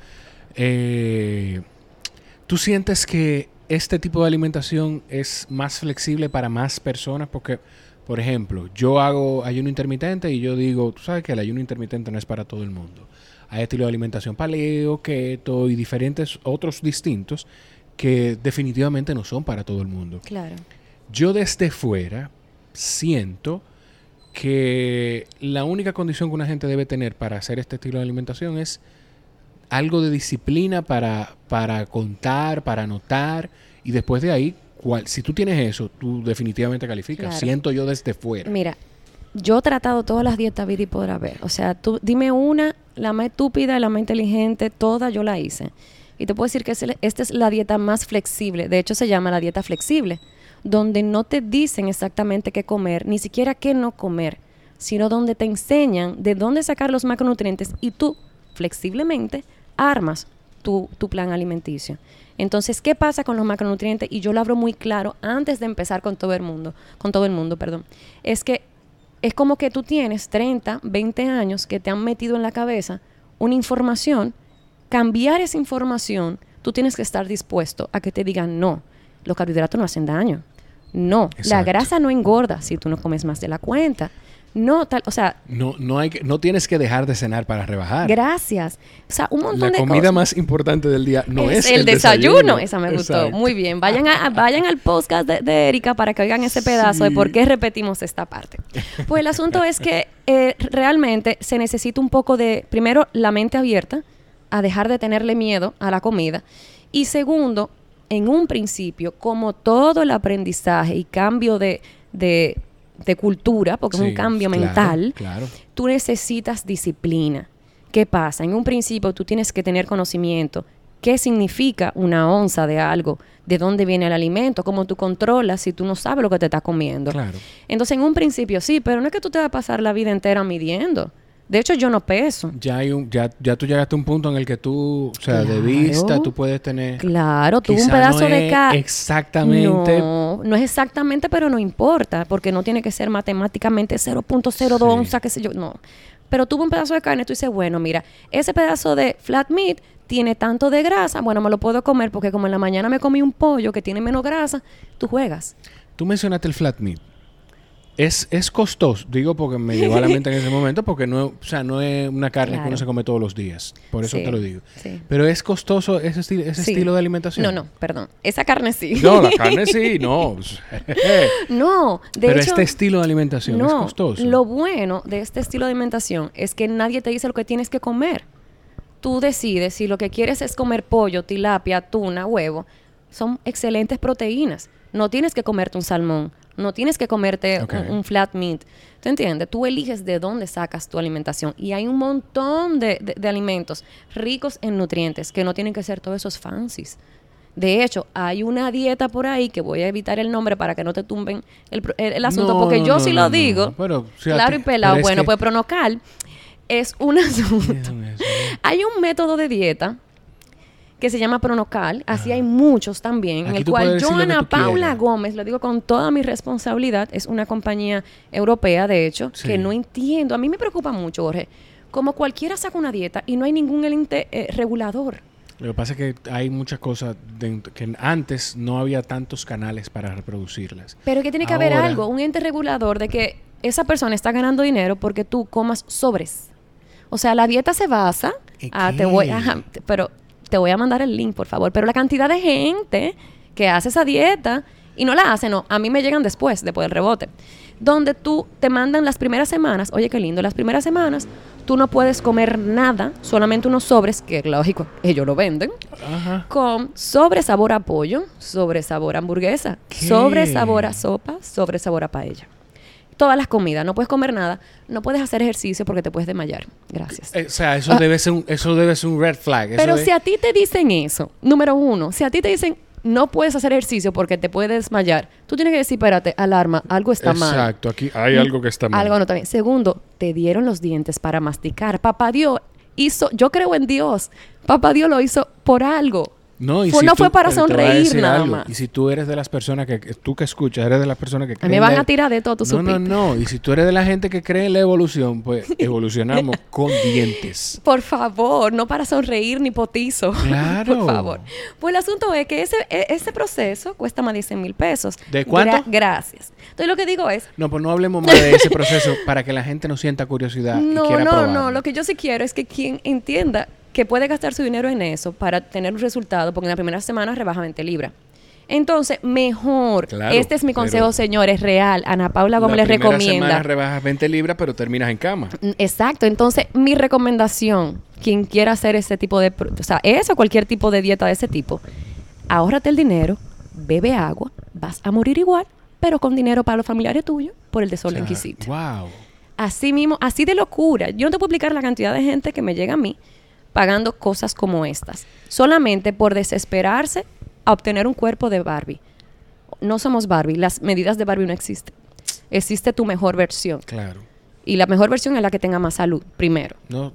¿Tú sientes que este tipo de alimentación es más flexible para más personas? Porque, por ejemplo, yo hago ayuno intermitente y yo digo, tú sabes que el ayuno intermitente no es para todo el mundo. Hay estilos de alimentación paleo, keto y diferentes otros distintos que definitivamente no son para todo el mundo. Claro. Yo desde fuera siento que la única condición que una gente debe tener para hacer este estilo de alimentación es algo de disciplina para contar, para anotar, y después de ahí, si tú tienes eso, tú definitivamente calificas. Claro. Siento yo desde fuera. Mira, yo he tratado todas las dietas vida y por haber. O sea, tú dime una, la más estúpida, la más inteligente, toda yo la hice. Y te puedo decir que esta es la dieta más flexible. De hecho, se llama la dieta flexible, donde no te dicen exactamente qué comer, ni siquiera qué no comer, sino donde te enseñan de dónde sacar los macronutrientes y tú, flexiblemente, armas tu plan alimenticio. Entonces, ¿qué pasa con los macronutrientes? Y yo lo hablo muy claro antes de empezar con todo el mundo, es que es como que tú tienes 30, 20 años que te han metido en la cabeza una información, cambiar esa información, tú tienes que estar dispuesto a que te digan, no, los carbohidratos no hacen daño, no, exacto, la grasa no engorda si tú no comes más de la cuenta. No, o sea... No tienes que dejar de cenar para rebajar. Gracias. O sea, un montón de cosas. La comida más importante del día no es el desayuno. Esa me gustó. Muy bien. Vayan al podcast de Erika para que oigan ese pedazo de por qué repetimos esta parte. Pues el asunto es que realmente se necesita un poco de, primero, la mente abierta a dejar de tenerle miedo a la comida. Y segundo, en un principio, como todo el aprendizaje y cambio de cultura, porque es un cambio mental, claro. Tú necesitas disciplina. ¿Qué pasa? En un principio tú tienes que tener conocimiento. ¿Qué significa una onza de algo? ¿De dónde viene el alimento? ¿Cómo tú controlas si tú no sabes lo que te estás comiendo? Claro. Entonces, en un principio sí, pero no es que tú te vas a pasar la vida entera midiendo. De hecho, yo no peso. Ya tú llegaste a un punto en el que tú, o sea, claro, de vista, tú puedes tener... Claro, tú un pedazo de carne... Exactamente. No es exactamente, pero no importa, porque no tiene que ser matemáticamente 0.02 onza, qué sé yo, no. Pero tuvo un pedazo de carne y tú dices, bueno, mira, ese pedazo de flat meat tiene tanto de grasa, bueno, me lo puedo comer porque como en la mañana me comí un pollo que tiene menos grasa, tú juegas. Tú mencionaste el flat meat. Es costoso, digo porque me llegó a la mente en ese momento, porque no es una carne claro. que uno se come todos los días. Por eso te lo digo. Sí. Pero ¿es costoso ese estilo de alimentación? No, perdón. Esa carne sí. No, la carne sí, no. No, pero hecho, este estilo de alimentación es costoso. Lo bueno de este estilo de alimentación es que nadie te dice lo que tienes que comer. Tú decides si lo que quieres es comer pollo, tilapia, tuna, huevo. Son excelentes proteínas. No tienes que comerte un salmón. No tienes que comerte un flat meat. ¿Tú entiendes? Tú eliges de dónde sacas tu alimentación. Y hay un montón de alimentos ricos en nutrientes que no tienen que ser todos esos fancies. De hecho, hay una dieta por ahí que voy a evitar el nombre para que no te tumben el asunto. Porque yo sí lo digo. Pero, claro y pelado. Bueno, pues Pronocal es un asunto. Hay un método de dieta que se llama Pronocal, así hay muchos también, en el cual Joana Paula Gómez, lo digo con toda mi responsabilidad, es una compañía europea, de hecho, que no entiendo. A mí me preocupa mucho, Jorge, como cualquiera saca una dieta y no hay ningún ente regulador. Lo que pasa es que hay muchas cosas que antes no había tantos canales para reproducirlas. Pero que tiene que haber algo, un ente regulador de que esa persona está ganando dinero porque tú comas sobres. O sea, la dieta se basa... Te voy a mandar el link, por favor. Pero la cantidad de gente que hace esa dieta y no la hace, no. A mí me llegan después del rebote. Donde tú te mandan las primeras semanas. Oye, qué lindo. Las primeras semanas tú no puedes comer nada. Solamente unos sobres, que lógico, ellos lo venden. Ajá. Con sobre sabor a pollo, sobre sabor a hamburguesa, sobre sabor a sopa, sobre sabor a paella. todas las comidas, no puedes comer nada, no puedes hacer ejercicio porque te puedes desmayar. Gracias. O sea, eso debe ser un red flag. Pero si a ti te dicen eso, número uno, si a ti te dicen no puedes hacer ejercicio porque te puedes desmayar, tú tienes que decir, espérate, alarma, algo está mal. Exacto, aquí hay algo que está mal. Algo no está bien. Segundo, te dieron los dientes para masticar. Papá Dios hizo, yo creo en Dios, Papá Dios lo hizo por algo. No, fue para sonreír nada más. Y si tú eres de las personas tú que escuchas, eres de las personas que creen... Me van a tirar de todo, tú supiste. No. Y si tú eres de la gente que cree en la evolución, pues evolucionamos con dientes. Por favor, no para sonreír ni potizo. Claro. Por favor. Pues el asunto es que ese proceso cuesta más de 100 mil pesos. ¿De cuánto? Gracias. Entonces lo que digo es... No, pues no hablemos más de ese proceso para que la gente no sienta curiosidad y quiera probarlo. No. Lo que yo sí quiero es que quien entienda que puede gastar su dinero en eso para tener un resultado, porque en la primera semana rebaja 20 libras. Entonces, mejor. Claro, este es mi consejo, señores, real. Ana Paula Gómez les recomienda. La primera semana rebajas 20 libras, pero terminas en cama. Exacto. Entonces, mi recomendación, quien quiera hacer ese tipo de... O sea, eso, cualquier tipo de dieta de ese tipo, ahórrate el dinero, bebe agua, vas a morir igual, pero con dinero para los familiares tuyos por el desorden que hiciste. Wow. Así mismo, así de locura. Yo no te puedo explicar la cantidad de gente que me llega a mí pagando cosas como estas, solamente por desesperarse a obtener un cuerpo de Barbie. No somos Barbie, las medidas de Barbie no existen. Existe tu mejor versión. Claro. Y la mejor versión es la que tenga más salud, primero.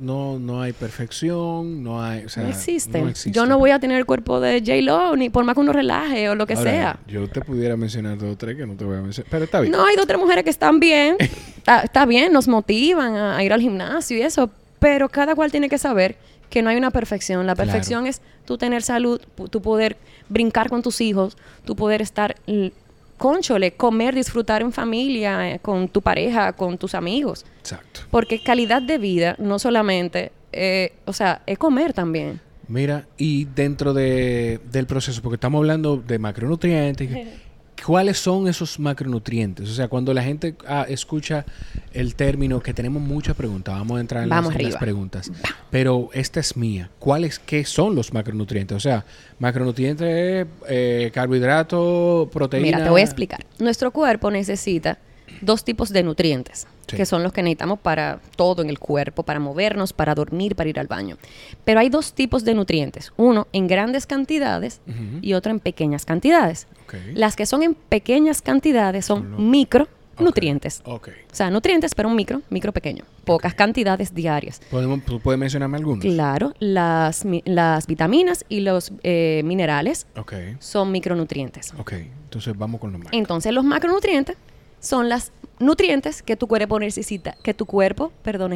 No hay perfección, no hay... O sea, no existe. No existe. Yo no voy a tener el cuerpo de J-Lo, ni por más que uno relaje o lo que Ahora, sea. Yo te pudiera mencionar 2 o 3 que no te voy a mencionar, pero está bien. No, hay 2 o 3 mujeres que están bien. está bien, nos motivan a ir al gimnasio y eso, pero cada cual tiene que saber que no hay una perfección. La perfección es tú tener salud, tú poder brincar con tus hijos, tú poder estar, cónchole, comer, disfrutar en familia, con tu pareja, con tus amigos. Exacto. Porque calidad de vida no solamente, es comer también. Mira, y dentro del proceso, porque estamos hablando de macronutrientes, ¿cuáles son esos macronutrientes? O sea, cuando la gente escucha el término, que tenemos muchas preguntas, vamos a entrar en las preguntas. Pero esta es mía. ¿Qué son los macronutrientes? O sea, macronutrientes, carbohidratos, proteínas. Mira, te voy a explicar. Nuestro cuerpo necesita 2 tipos de nutrientes, que son los que necesitamos para todo en el cuerpo, para movernos, para dormir, para ir al baño. Pero hay 2 tipos de nutrientes. Uno en grandes cantidades y otro en pequeñas cantidades. Okay. Las que son en pequeñas cantidades son micronutrientes. Okay. O sea, nutrientes, pero un micro pequeño. Pocas cantidades diarias. ¿Tú puedes mencionarme algunos? Claro. Las vitaminas y los minerales son micronutrientes. Ok. Entonces vamos con los macros. Entonces los macronutrientes son las nutrientes que tu cuerpo necesita. Que tu cuerpo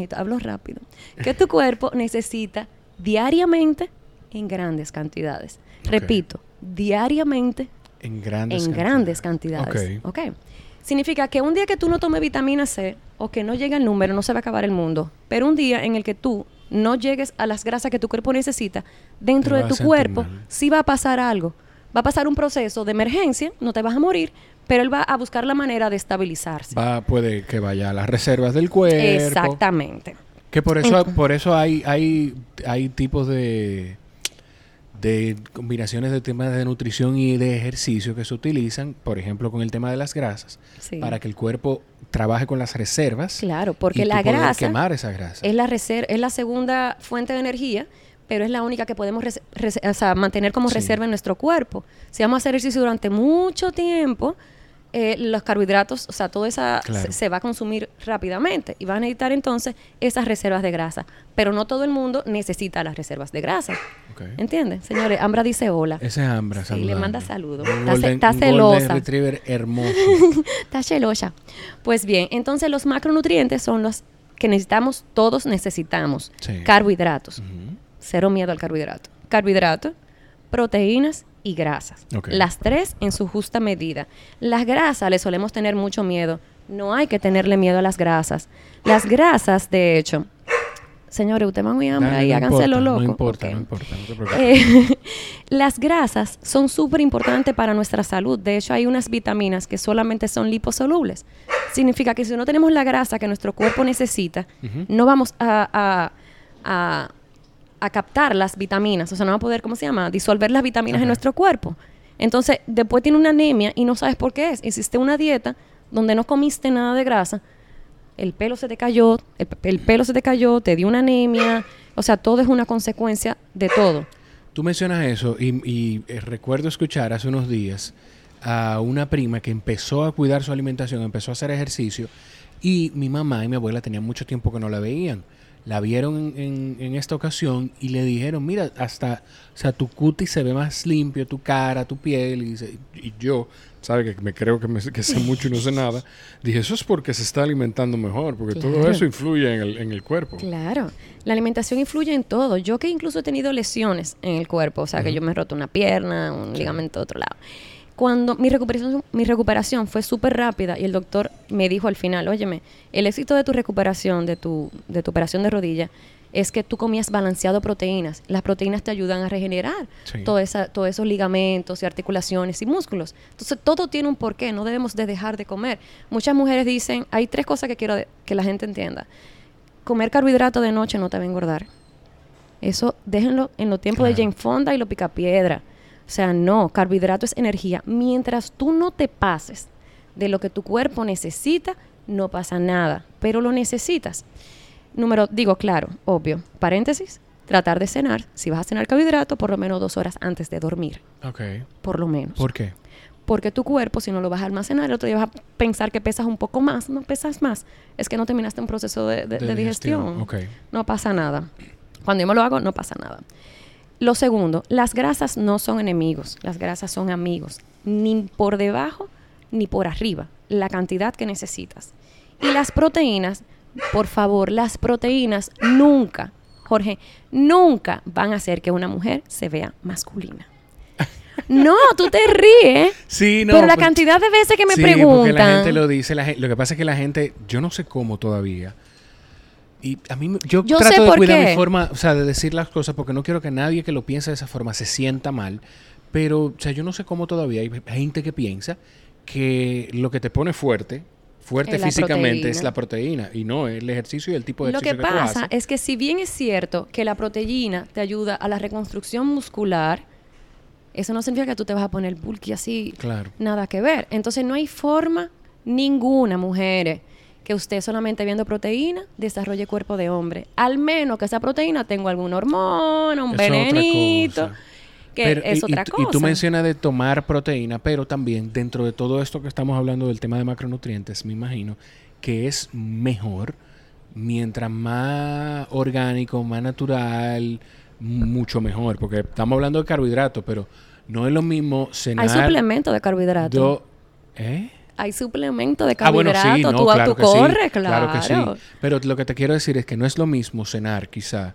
necesita diariamente en grandes cantidades. Repito, diariamente en grandes cantidades. Okay. Significa que un día que tú no tomes vitamina C o que no llegue el número, no se va a acabar el mundo. Pero un día en el que tú no llegues a las grasas que tu cuerpo necesita, dentro de tu cuerpo sí va a pasar algo. Va a pasar un proceso de emergencia, no te vas a morir, pero él va a buscar la manera de estabilizarse. Puede que vaya a las reservas del cuerpo. Exactamente. Que por eso hay tipos de combinaciones de temas de nutrición y de ejercicio que se utilizan, por ejemplo, con el tema de las grasas, para que el cuerpo trabaje con las reservas. Claro, porque la grasa quemar esa grasa. Es la segunda fuente de energía, pero es la única que podemos mantener como reserva en nuestro cuerpo. Si vamos a hacer ejercicio durante mucho tiempo, los carbohidratos, o sea, todo eso se va a consumir rápidamente y van a necesitar entonces esas reservas de grasa. Pero no todo el mundo necesita las reservas de grasa. ¿Entiendes? Señores, Ambra dice hola. Ese es Ambra, sí, le manda saludos. Está celosa. Un golden retriever hermoso. Está celosa. Pues bien, entonces los macronutrientes son los que todos necesitamos. Carbohidratos. Cero miedo al carbohidrato. Carbohidratos, proteínas y grasas. Las 3 en su justa medida. Las grasas le solemos tener mucho miedo. No hay que tenerle miedo a las grasas. Las grasas, de hecho, señores, ustedes van muy hambre y háganse lo loco. No importa, no te preocupes. Las grasas son súper importantes para nuestra salud. De hecho, hay unas vitaminas que solamente son liposolubles. Significa que si no tenemos la grasa que nuestro cuerpo necesita, no vamos a captar las vitaminas, o sea, no va a poder, disolver las vitaminas en nuestro cuerpo. Entonces, después tiene una anemia y no sabes por qué es. Hiciste una dieta donde no comiste nada de grasa, el pelo se te cayó, el pelo se te cayó, te dio una anemia, o sea, todo es una consecuencia de todo. Tú mencionas eso y recuerdo escuchar hace unos días a una prima que empezó a cuidar su alimentación, empezó a hacer ejercicio y mi mamá y mi abuela tenían mucho tiempo que no la veían. La vieron en esta ocasión y le dijeron, mira, hasta, o sea, tu cutis se ve más limpio, tu cara, tu piel. Y yo, ¿sabe? Que me creo que sé mucho y no sé nada. Dije, eso es porque se está alimentando mejor, porque todo eso influye en el cuerpo. Claro, la alimentación influye en todo. Yo que incluso he tenido lesiones en el cuerpo, o sea, que yo me he roto una pierna, un ligamento de otro lado. Cuando mi recuperación fue súper rápida y el doctor me dijo al final, óyeme, el éxito de tu recuperación, de tu operación de rodilla, es que tú comías balanceado proteínas. Las proteínas te ayudan a regenerar todos esos ligamentos y articulaciones y músculos. Entonces, todo tiene un porqué. No debemos de dejar de comer. Muchas mujeres dicen, hay 3 cosas que quiero que la gente entienda. Comer carbohidrato de noche no te va a engordar. Eso déjenlo en los tiempos de Jane Fonda y lo Picapiedra. O sea, no, carbohidrato es energía. Mientras tú no te pases de lo que tu cuerpo necesita, no pasa nada, pero lo necesitas. Claro, obvio, paréntesis, tratar de cenar, si vas a cenar carbohidrato, por lo menos 2 horas antes de dormir. Ok. Por lo menos. ¿Por qué? Porque tu cuerpo, si no lo vas a almacenar, el otro día vas a pensar que pesas un poco más. No pesas más. Es que no terminaste un proceso de digestión. Okay. No pasa nada. Cuando yo me lo hago, no pasa nada. Lo segundo, las grasas no son enemigos, las grasas son amigos, ni por debajo ni por arriba, la cantidad que necesitas. Y las proteínas, por favor, las proteínas nunca, Jorge, nunca van a hacer que una mujer se vea masculina. No, tú te ríes. Sí, no. Pero la cantidad de veces que me preguntan. Porque la gente lo dice, lo que pasa es que la gente, yo no sé cómo todavía. Y a mí, yo trato de cuidar mi forma, o sea, de decir las cosas porque no quiero que nadie que lo piense de esa forma se sienta mal. Pero, o sea, yo no sé cómo todavía hay gente que piensa que lo que te pone fuerte físicamente es la proteína y no el ejercicio y el tipo de ejercicio que tú haces. Lo que pasa es que si bien es cierto que la proteína te ayuda a la reconstrucción muscular, eso no significa que tú te vas a poner bulky así. Claro. Nada que ver. Entonces no hay forma ninguna, mujeres, que usted solamente viendo proteína desarrolle cuerpo de hombre. Al menos que esa proteína tenga alguna hormona, un venenito, que es otra cosa. Y tú mencionas de tomar proteína, pero también dentro de todo esto que estamos hablando del tema de macronutrientes, me imagino que es mejor mientras más orgánico, más natural, mucho mejor. Porque estamos hablando de carbohidratos, pero no es lo mismo cenar... Hay suplemento de carbohidratos. Hay suplemento de carbohidrato, bueno, sí, no, tú corres, sí, claro que sí. Pero lo que te quiero decir es que no es lo mismo cenar, quizá,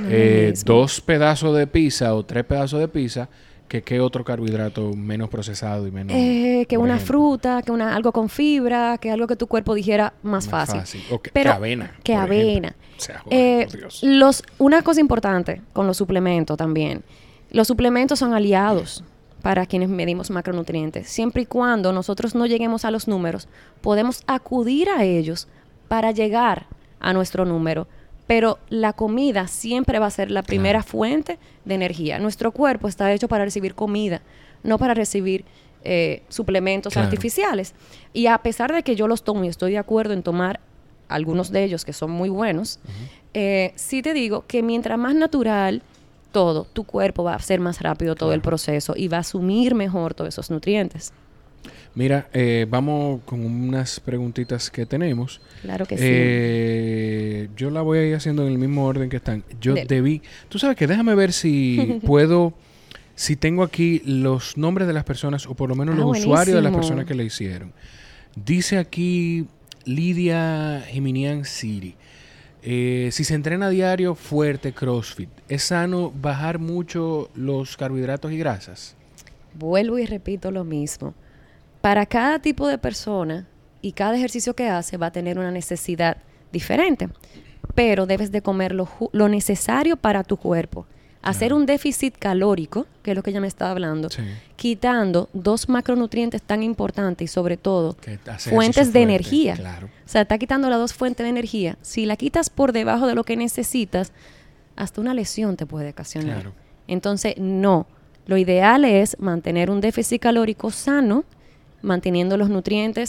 2 pedazos de pizza o 3 pedazos de pizza que otro carbohidrato menos procesado y menos... que una fruta, que algo con fibra, que algo que tu cuerpo digiera más fácil. O que avena. Que avena. O sea, joder, por Dios. Una cosa importante con los suplementos también. Los suplementos son aliados para quienes medimos macronutrientes. Siempre y cuando nosotros no lleguemos a los números, podemos acudir a ellos para llegar a nuestro número. Pero la comida siempre va a ser la primera fuente de energía. Nuestro cuerpo está hecho para recibir comida, no para recibir suplementos artificiales. Y a pesar de que yo los tomo y estoy de acuerdo en tomar algunos de ellos que son muy buenos, sí te digo que mientras más natural todo, tu cuerpo va a hacer más rápido todo el proceso y va a asumir mejor todos esos nutrientes. Mira, vamos con unas preguntitas que tenemos. Claro que sí. Yo la voy a ir haciendo en el mismo orden que están. Tú sabes que déjame ver si puedo, si tengo aquí los nombres de las personas o por lo menos los usuarios de las personas que le hicieron. Dice aquí Lidia Jiminian City. Si se entrena a diario fuerte, CrossFit, ¿es sano bajar mucho los carbohidratos y grasas? Vuelvo y repito lo mismo. Para cada tipo de persona y cada ejercicio que hace va a tener una necesidad diferente, pero debes de comer lo necesario para tu cuerpo. Hacer un déficit calórico, que es lo que ella me estaba hablando, quitando 2 macronutrientes tan importantes y sobre todo fuentes de energía. Claro. O sea, está quitando las 2 fuentes de energía. Si la quitas por debajo de lo que necesitas, hasta una lesión te puede ocasionar. Claro. Entonces, no. Lo ideal es mantener un déficit calórico sano, manteniendo los nutrientes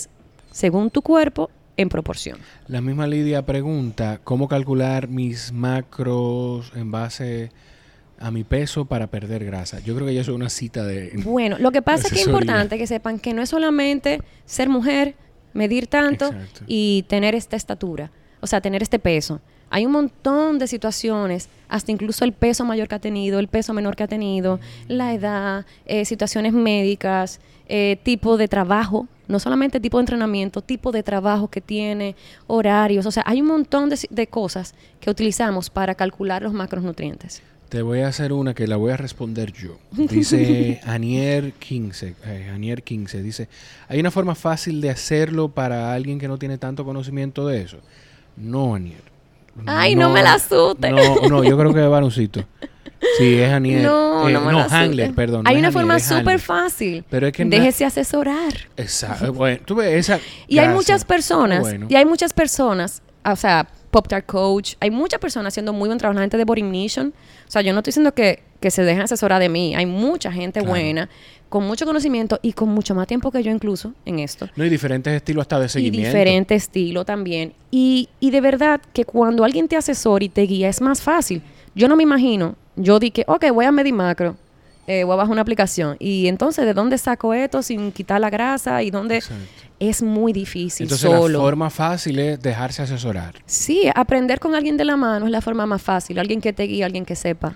según tu cuerpo, en proporción. La misma Lidia pregunta, ¿cómo calcular mis macros en base a mi peso para perder grasa? Yo creo que ya es una cita de... Bueno, lo que pasa es que es asesoría. importante que sepan que no es solamente ser mujer, medir tanto Exacto. y tener esta estatura, o sea, tener este peso. Hay un montón de situaciones, hasta incluso el peso mayor que ha tenido, el peso menor que ha tenido, la edad, situaciones médicas, tipo de trabajo, no solamente tipo de entrenamiento, tipo de trabajo que tiene, horarios. O sea, hay un montón de cosas que utilizamos para calcular los macronutrientes. Te voy a hacer una que la voy a responder yo. Dice Anier 15, dice, ¿hay una forma fácil de hacerlo para alguien que no tiene tanto conocimiento de eso? No, Anier. Ay, no me la asustes. No, yo creo que es varoncito. Sí, es Anier. No me la asustes. Handler, perdón. Hay no una es forma Anier, es súper Handler. fácil. Pero es que Déjese asesorar. Exacto. Bueno, tú ves esa... Y hay Gracias. muchas personas, Bueno. o sea, Pop-Tart Coach, hay muchas personas haciendo muy buen trabajo, la gente de Body Ignition. O sea, yo no estoy diciendo que se dejen asesorar de mí. Hay mucha gente Claro. buena, con mucho conocimiento y con mucho más tiempo que yo incluso en esto. No, y diferentes estilos hasta de Y seguimiento. diferente estilo también. Y de verdad que cuando alguien te asesora y te guía es más fácil. Yo no me imagino, yo dije, ok, voy a medir macro, voy a bajar una aplicación. Y entonces, ¿de dónde saco esto sin quitar la grasa? ¿Y dónde? Exacto. Es muy difícil Entonces solo. la forma fácil es dejarse asesorar. Sí, aprender con alguien de la mano es la forma más fácil. Alguien que te guíe, alguien que sepa.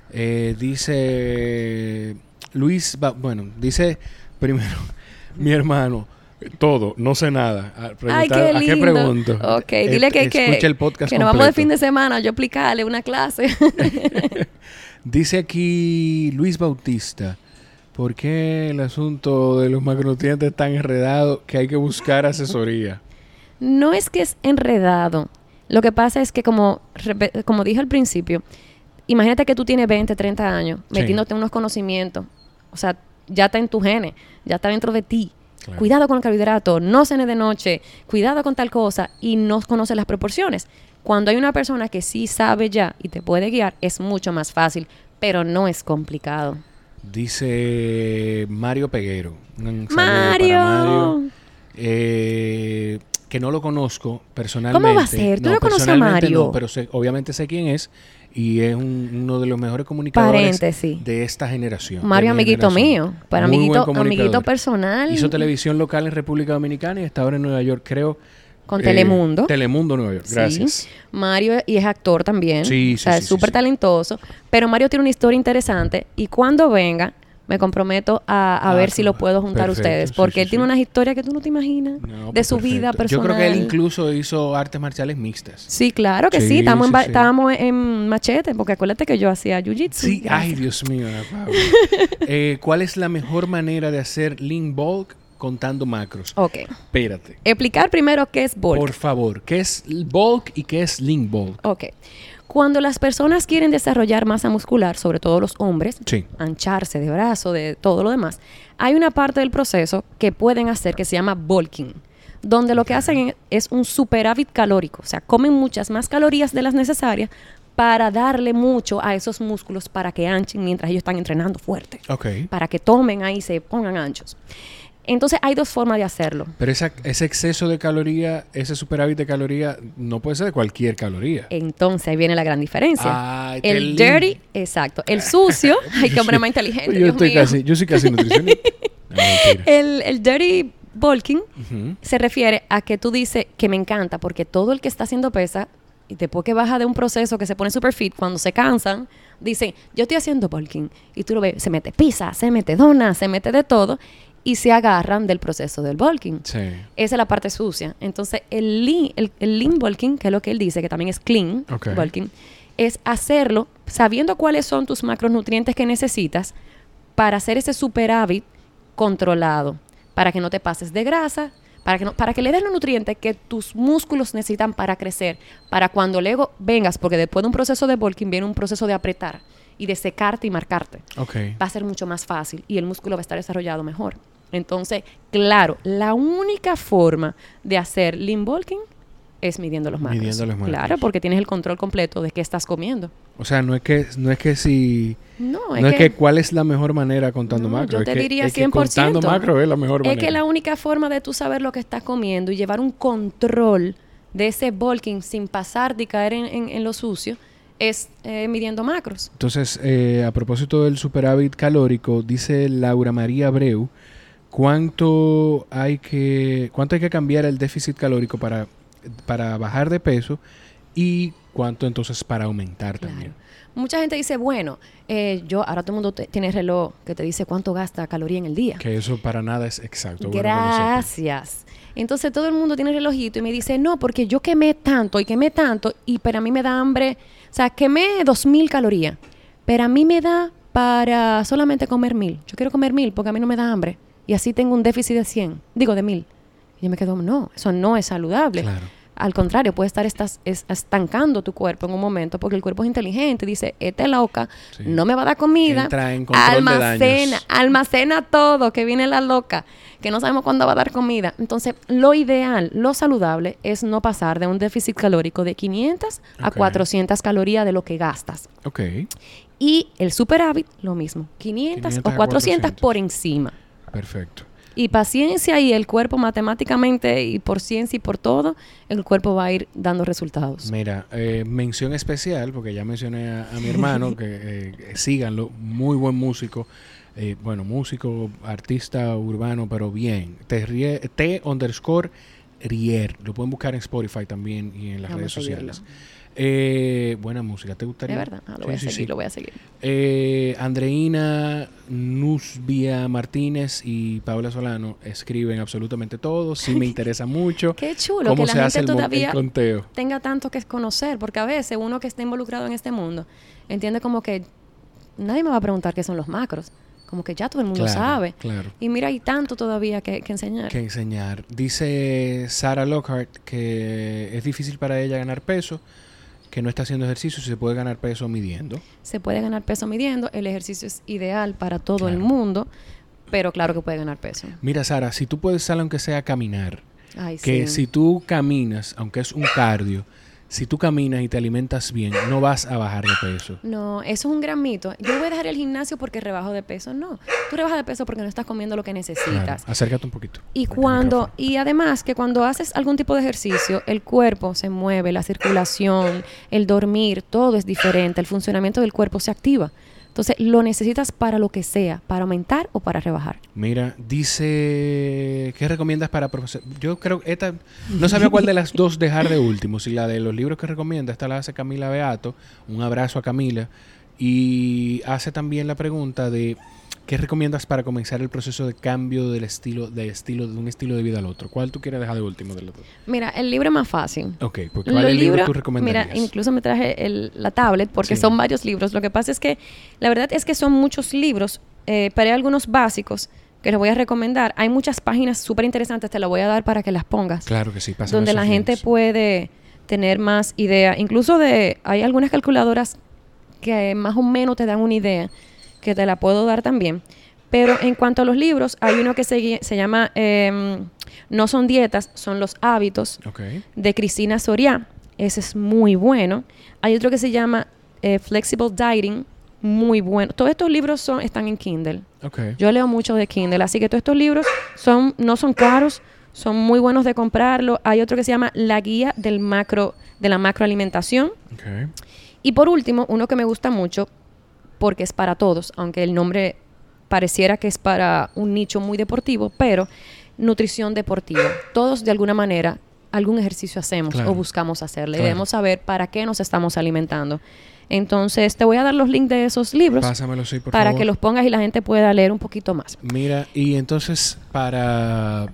Dice Luis, dice primero, mi hermano, todo, no sé nada. Ay, qué lindo. ¿A qué pregunto? Ok, dile que escucha el podcast que nos vamos de completo. fin de semana, yo explicarle una clase. Dice aquí Luis Bautista, ¿por qué el asunto de los macronutrientes es tan enredado que hay que buscar asesoría? No es que es enredado. Lo que pasa es que, como dije al principio, imagínate que tú tienes 20, 30 años Sí. metiéndote unos conocimientos. O sea, ya está en tu genes, ya está dentro de ti. Claro. Cuidado con el carbohidrato, no cenes de noche, cuidado con tal cosa y no conoces las proporciones. Cuando hay una persona que sí sabe ya y te puede guiar, es mucho más fácil, pero no es complicado. Dice Mario Peguero. Un saludo ¡Mario! para Mario. Que no lo conozco personalmente. ¿Cómo va a ser? ¿Tú no conoces a personalmente Mario? No, pero obviamente sé quién es y es uno de los mejores comunicadores Paréntesis. de esta generación. Mario, de mi amiguito generación. mío. Para Muy buen amiguito comunicador. personal. Hizo televisión local en República Dominicana y está ahora en Nueva York, creo. Con Telemundo. Telemundo Nueva York, gracias. Sí. Mario, y es actor también. Sí, o sea, sí, es sí, súper sí. talentoso. Pero Mario tiene una historia interesante y cuando venga, me comprometo a ver si lo puedo juntar a perfecto, ustedes. sí, Porque sí, él tiene sí. unas historias que tú no te imaginas No, de pues su vida perfecto. personal. Yo creo que él incluso hizo artes marciales mixtas. Sí, claro que sí. Sí, Estábamos sí, sí. estábamos en machete, porque acuérdate que yo hacía jiu-jitsu. Sí, Gracias. ay, Dios mío, Ana Paula. ¿Cuál es la mejor manera de hacer lean bulk contando macros? Ok. Espérate. Explicar primero qué es bulk. Por favor, ¿qué es bulk y qué es lean bulk? Ok. Cuando las personas quieren desarrollar masa muscular, sobre todo los hombres, Sí. ancharse de brazo, de todo lo demás, hay una parte del proceso que pueden hacer que se llama bulking, donde lo que hacen es un superávit calórico, o sea, comen muchas más calorías de las necesarias para darle mucho a esos músculos para que anchen mientras ellos están entrenando fuerte, Ok. para que tomen ahí y se pongan anchos. Entonces hay dos formas de hacerlo. Pero ese exceso de caloría, ese superávit de caloría, no puede ser de cualquier caloría. Entonces ahí viene la gran diferencia. Ay, El qué dirty, exacto. El sucio, ay, qué hombre más inteligente. Dios mío. Yo soy casi nutricionista. No, mentira. El dirty bulking Ujú. se refiere a que tú dices que me encanta porque todo el que está haciendo pesa y después que baja de un proceso que se pone super fit, cuando se cansan, dicen, yo estoy haciendo bulking. Y tú lo ves, se mete pizza, se mete dona, se mete de todo y se agarran del proceso del bulking. Sí. Esa es la parte sucia. Entonces, el lean bulking, que es lo que él dice, que también es clean Ok. bulking, es hacerlo sabiendo cuáles son tus macronutrientes que necesitas para hacer ese superávit controlado, para que no te pases de grasa, para que le des los nutrientes que tus músculos necesitan para crecer, para cuando luego vengas, porque después de un proceso de bulking viene un proceso de apretar y de secarte y marcarte. Ok. Va a ser mucho más fácil y el músculo va a estar desarrollado mejor. Entonces, claro, la única forma de hacer lean bulking es midiendo los macros. Midiendo los macros. Claro, porque tienes el control completo de qué estás comiendo. O sea, no es que si... No, es que cuál es la mejor manera contando no, macros. Yo te diría 100%. Que contando macros es la mejor manera. Es que la única forma de tú saber lo que estás comiendo y llevar un control de ese bulking sin pasar de caer en lo sucio es midiendo macros. Entonces, a propósito del superávit calórico, dice Laura María Abreu, ¿cuánto hay que cambiar el déficit calórico para bajar de peso y cuánto entonces para aumentar también? Mucha gente dice, bueno, ahora todo el mundo tiene reloj que te dice cuánto gasta caloría en el día. Que eso para nada es exacto. Gracias. Entonces todo el mundo tiene relojito y me dice, no, porque yo quemé tanto y para mí me da hambre. O sea, quemé 2,000 calorías, pero a mí me da para solamente comer 1,000. Yo quiero comer 1,000 porque a mí no me da hambre. Y así tengo un déficit de 1,000. Y yo me quedo, no, eso no es saludable. Claro. Al contrario, puede estar estancando tu cuerpo en un momento porque el cuerpo es inteligente. Dice, esta loca no me va a dar comida. Entra en control de daños. Almacena todo, que viene la loca, que no sabemos cuándo va a dar comida. Entonces, lo ideal, lo saludable es no pasar de un déficit calórico de 500 a 400 calorías de lo que gastas. Ok. Y el superávit, lo mismo. 500 o 400 por encima. Perfecto. Y paciencia y el cuerpo matemáticamente y por ciencia y por todo, el cuerpo va a ir dando resultados. Mira, mención especial, porque ya mencioné a mi hermano, que síganlo, muy buen músico. Músico, artista urbano, pero bien. T_Rier. Lo pueden buscar en Spotify también y en las redes sociales. Buena música, ¿te gustaría? De verdad, lo voy a seguir. Andreina Nusbia Martínez y Paula Solano escriben absolutamente todo. Sí me interesa mucho. Qué chulo cómo que se la hace gente el todavía conteo. Tenga tanto que conocer, porque a veces uno que está involucrado en este mundo entiende como que nadie me va a preguntar qué son los macros. Como que ya todo el mundo sabe. Claro. Y mira, hay tanto todavía que enseñar. Dice Sarah Lockhart que es difícil para ella ganar peso, que no está haciendo ejercicio, si se puede ganar peso midiendo. Se puede ganar peso midiendo. El ejercicio es ideal para todo el mundo, pero claro que puede ganar peso. Mira, Sara, si tú puedes salir aunque sea a caminar, que si tú caminas, aunque es un cardio, si tú caminas y te alimentas bien, no vas a bajar de peso. No, eso es un gran mito. Yo voy a dejar el gimnasio porque rebajo de peso. No, tú rebajas de peso porque no estás comiendo lo que necesitas. Claro. Acércate un poquito. Y además que cuando haces algún tipo de ejercicio, el cuerpo se mueve, la circulación, el dormir, todo es diferente. El funcionamiento del cuerpo se activa. Entonces, lo necesitas para lo que sea, para aumentar o para rebajar. Mira, dice, ¿qué recomiendas para profesor? Yo creo que esta, no sabía cuál de las dos dejar de último. Si la de los libros que recomienda, esta la hace Camila Beato. Un abrazo a Camila. Y hace también la pregunta de, ¿qué recomiendas para comenzar el proceso de cambio de un estilo de vida al otro? ¿Cuál tú quieres dejar de último de los dos? Mira, el libro es más fácil. Ok, porque ¿cuál es el libro que tú recomendarías? Mira, incluso me traje la tablet porque son varios libros. Lo que pasa es que la verdad es que son muchos libros, pero hay algunos básicos que les voy a recomendar. Hay muchas páginas súper interesantes, te las voy a dar para que las pongas. Claro que sí, pásame donde la gente puede tener más idea. Incluso hay algunas calculadoras que más o menos te dan una idea, que te la puedo dar también. Pero en cuanto a los libros, hay uno que se llama No son dietas, son los hábitos, de Cristina Soriá. Ese es muy bueno. Hay otro que se llama Flexible Dieting, muy bueno. Todos estos libros están en Kindle. Yo leo mucho de Kindle, así que todos estos libros no son caros, son muy buenos de comprarlo. Hay otro que se llama La Guía de la Macroalimentación. Y por último, uno que me gusta mucho, porque es para todos, aunque el nombre pareciera que es para un nicho muy deportivo, pero nutrición deportiva. Todos, de alguna manera, algún ejercicio hacemos o buscamos hacerle. Debemos saber para qué nos estamos alimentando. Entonces, te voy a dar los links de esos libros. Pásamelo, sí, por para favor. Que los pongas y la gente pueda leer un poquito más. Mira, y entonces, para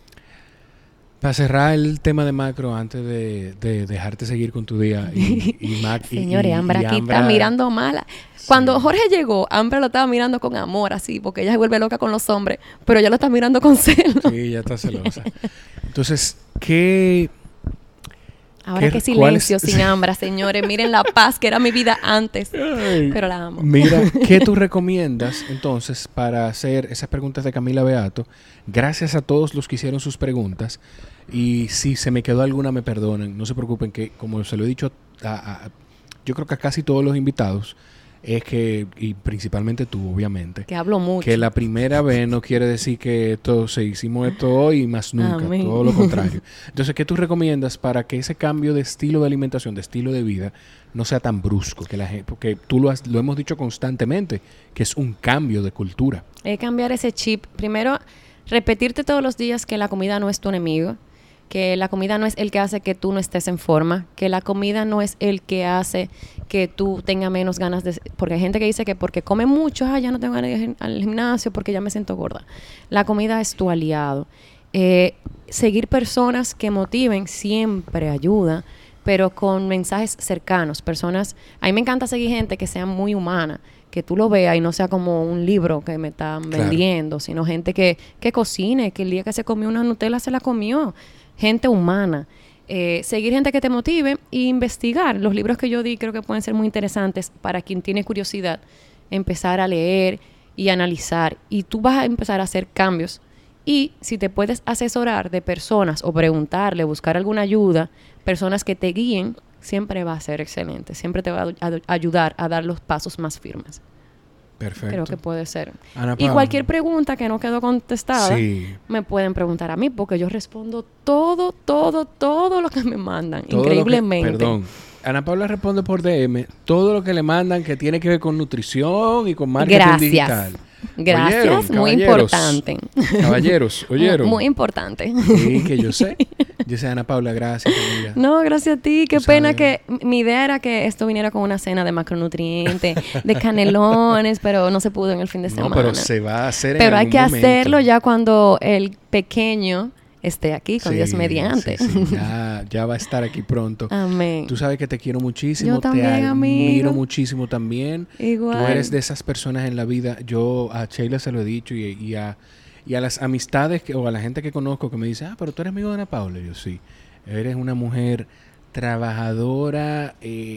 cerrar el tema de macro, antes de dejarte seguir con tu día Señores, Ambra aquí está mirando mala. Cuando Jorge llegó, Ambra lo estaba mirando con amor, así, porque ella se vuelve loca con los hombres, pero ella lo está mirando con celo. Sí, ya está celosa. Entonces, ¿qué Ahora qué silencio sin Ambra, señores. Miren la paz que era mi vida antes. Ay, pero la amo. Mira, ¿qué tú recomiendas entonces para hacer esas preguntas de Camila Beato? Gracias a todos los que hicieron sus preguntas. Y si se me quedó alguna, me perdonan. No se preocupen que, como se lo he dicho yo creo que a casi todos los invitados, es que, y principalmente tú, obviamente, que hablo mucho, que la primera vez no quiere decir que hicimos esto hoy y más nunca. Amén. Todo lo contrario. Entonces, ¿qué tú recomiendas para que ese cambio de estilo de alimentación, de estilo de vida, no sea tan brusco? Que la gente, porque tú lo hemos dicho constantemente, que es un cambio de cultura. Cambiar ese chip. Primero, repetirte todos los días que la comida no es tu enemigo, que la comida no es el que hace que tú no estés en forma, que la comida no es el que hace que tú tengas menos ganas de... Porque hay gente que dice que porque come mucho, ya no tengo ganas de ir al gimnasio porque ya me siento gorda. La comida es tu aliado. Seguir personas que motiven siempre ayuda, pero con mensajes cercanos. Personas... A mí me encanta seguir gente que sea muy humana, que tú lo veas y no sea como un libro que me están vendiendo, sino gente que cocine, que el día que se comió una Nutella se la comió. Gente humana. Seguir gente que te motive e investigar. Los libros que yo di creo que pueden ser muy interesantes para quien tiene curiosidad. Empezar a leer y analizar. Y tú vas a empezar a hacer cambios. Y si te puedes asesorar de personas o preguntarle, buscar alguna ayuda, personas que te guíen, siempre va a ser excelente. Siempre te va a ayudar a dar los pasos más firmes. Perfecto. Creo que puede ser. Ana Y cualquier pregunta que no quedó contestada, me pueden preguntar a mí, porque yo respondo todo lo que me mandan. Todo increíblemente. Perdón. Ana Paula responde por DM todo lo que le mandan que tiene que ver con nutrición y con marketing digital. Gracias, ¿Oyeron, muy importante. Caballeros, ¿oyeron? Muy importante. Sí, que yo sé. Yo sé, Ana Paula, gracias, amiga. No, gracias a ti. Qué pena que... Mi idea era que esto viniera con una cena de macronutrientes, de canelones, pero no se pudo en el fin de semana. No, pero se va a hacer en Pero hay algún que momento. hacerlo ya cuando el pequeño esté aquí, con Dios mediante. Sí. Ya va a estar aquí pronto. Amén. Tú sabes que te quiero muchísimo. Yo también, te admiro amigo. muchísimo también. Igual. Tú eres de esas personas en la vida. Yo a Sheila se lo he dicho y a las amistades o a la gente que conozco que me dice, pero tú eres amigo de Ana Paula. Y yo, sí. Eres una mujer trabajadora,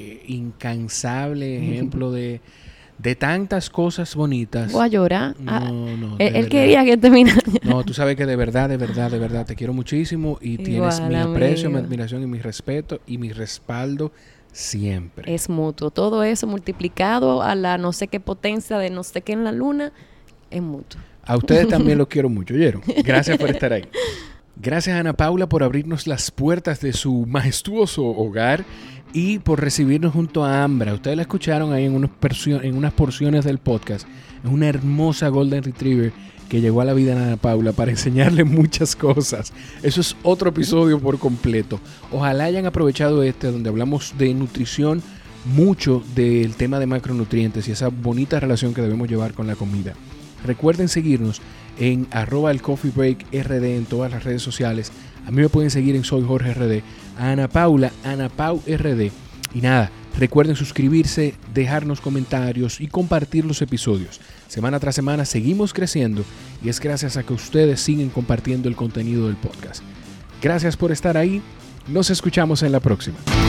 incansable, ejemplo de tantas cosas bonitas. Voy a llorar. No. Él quería que terminara. No, tú sabes que de verdad te quiero muchísimo y tienes mi aprecio, mi admiración y mi respeto y mi respaldo siempre. Es mutuo. Todo eso multiplicado a la no sé qué potencia de no sé qué en la luna es mutuo. A ustedes también los quiero mucho, ¿oyeron? Gracias por estar ahí. Gracias, Ana Paula, por abrirnos las puertas de su majestuoso hogar y por recibirnos junto a Ambra. Ustedes la escucharon ahí en unas porciones del podcast. Es una hermosa Golden Retriever que llegó a la vida de Ana Paula para enseñarle muchas cosas. Eso es otro episodio por completo. Ojalá hayan aprovechado donde hablamos de nutrición, mucho del tema de macronutrientes y esa bonita relación que debemos llevar con la comida. Recuerden seguirnos en @elcoffeebreakrd en todas las redes sociales. A mí me pueden seguir en Soy Jorge RD, a Ana Paula, AnaPauRD. Y nada, recuerden suscribirse, dejarnos comentarios y compartir los episodios. Semana tras semana seguimos creciendo y es gracias a que ustedes siguen compartiendo el contenido del podcast. Gracias por estar ahí. Nos escuchamos en la próxima.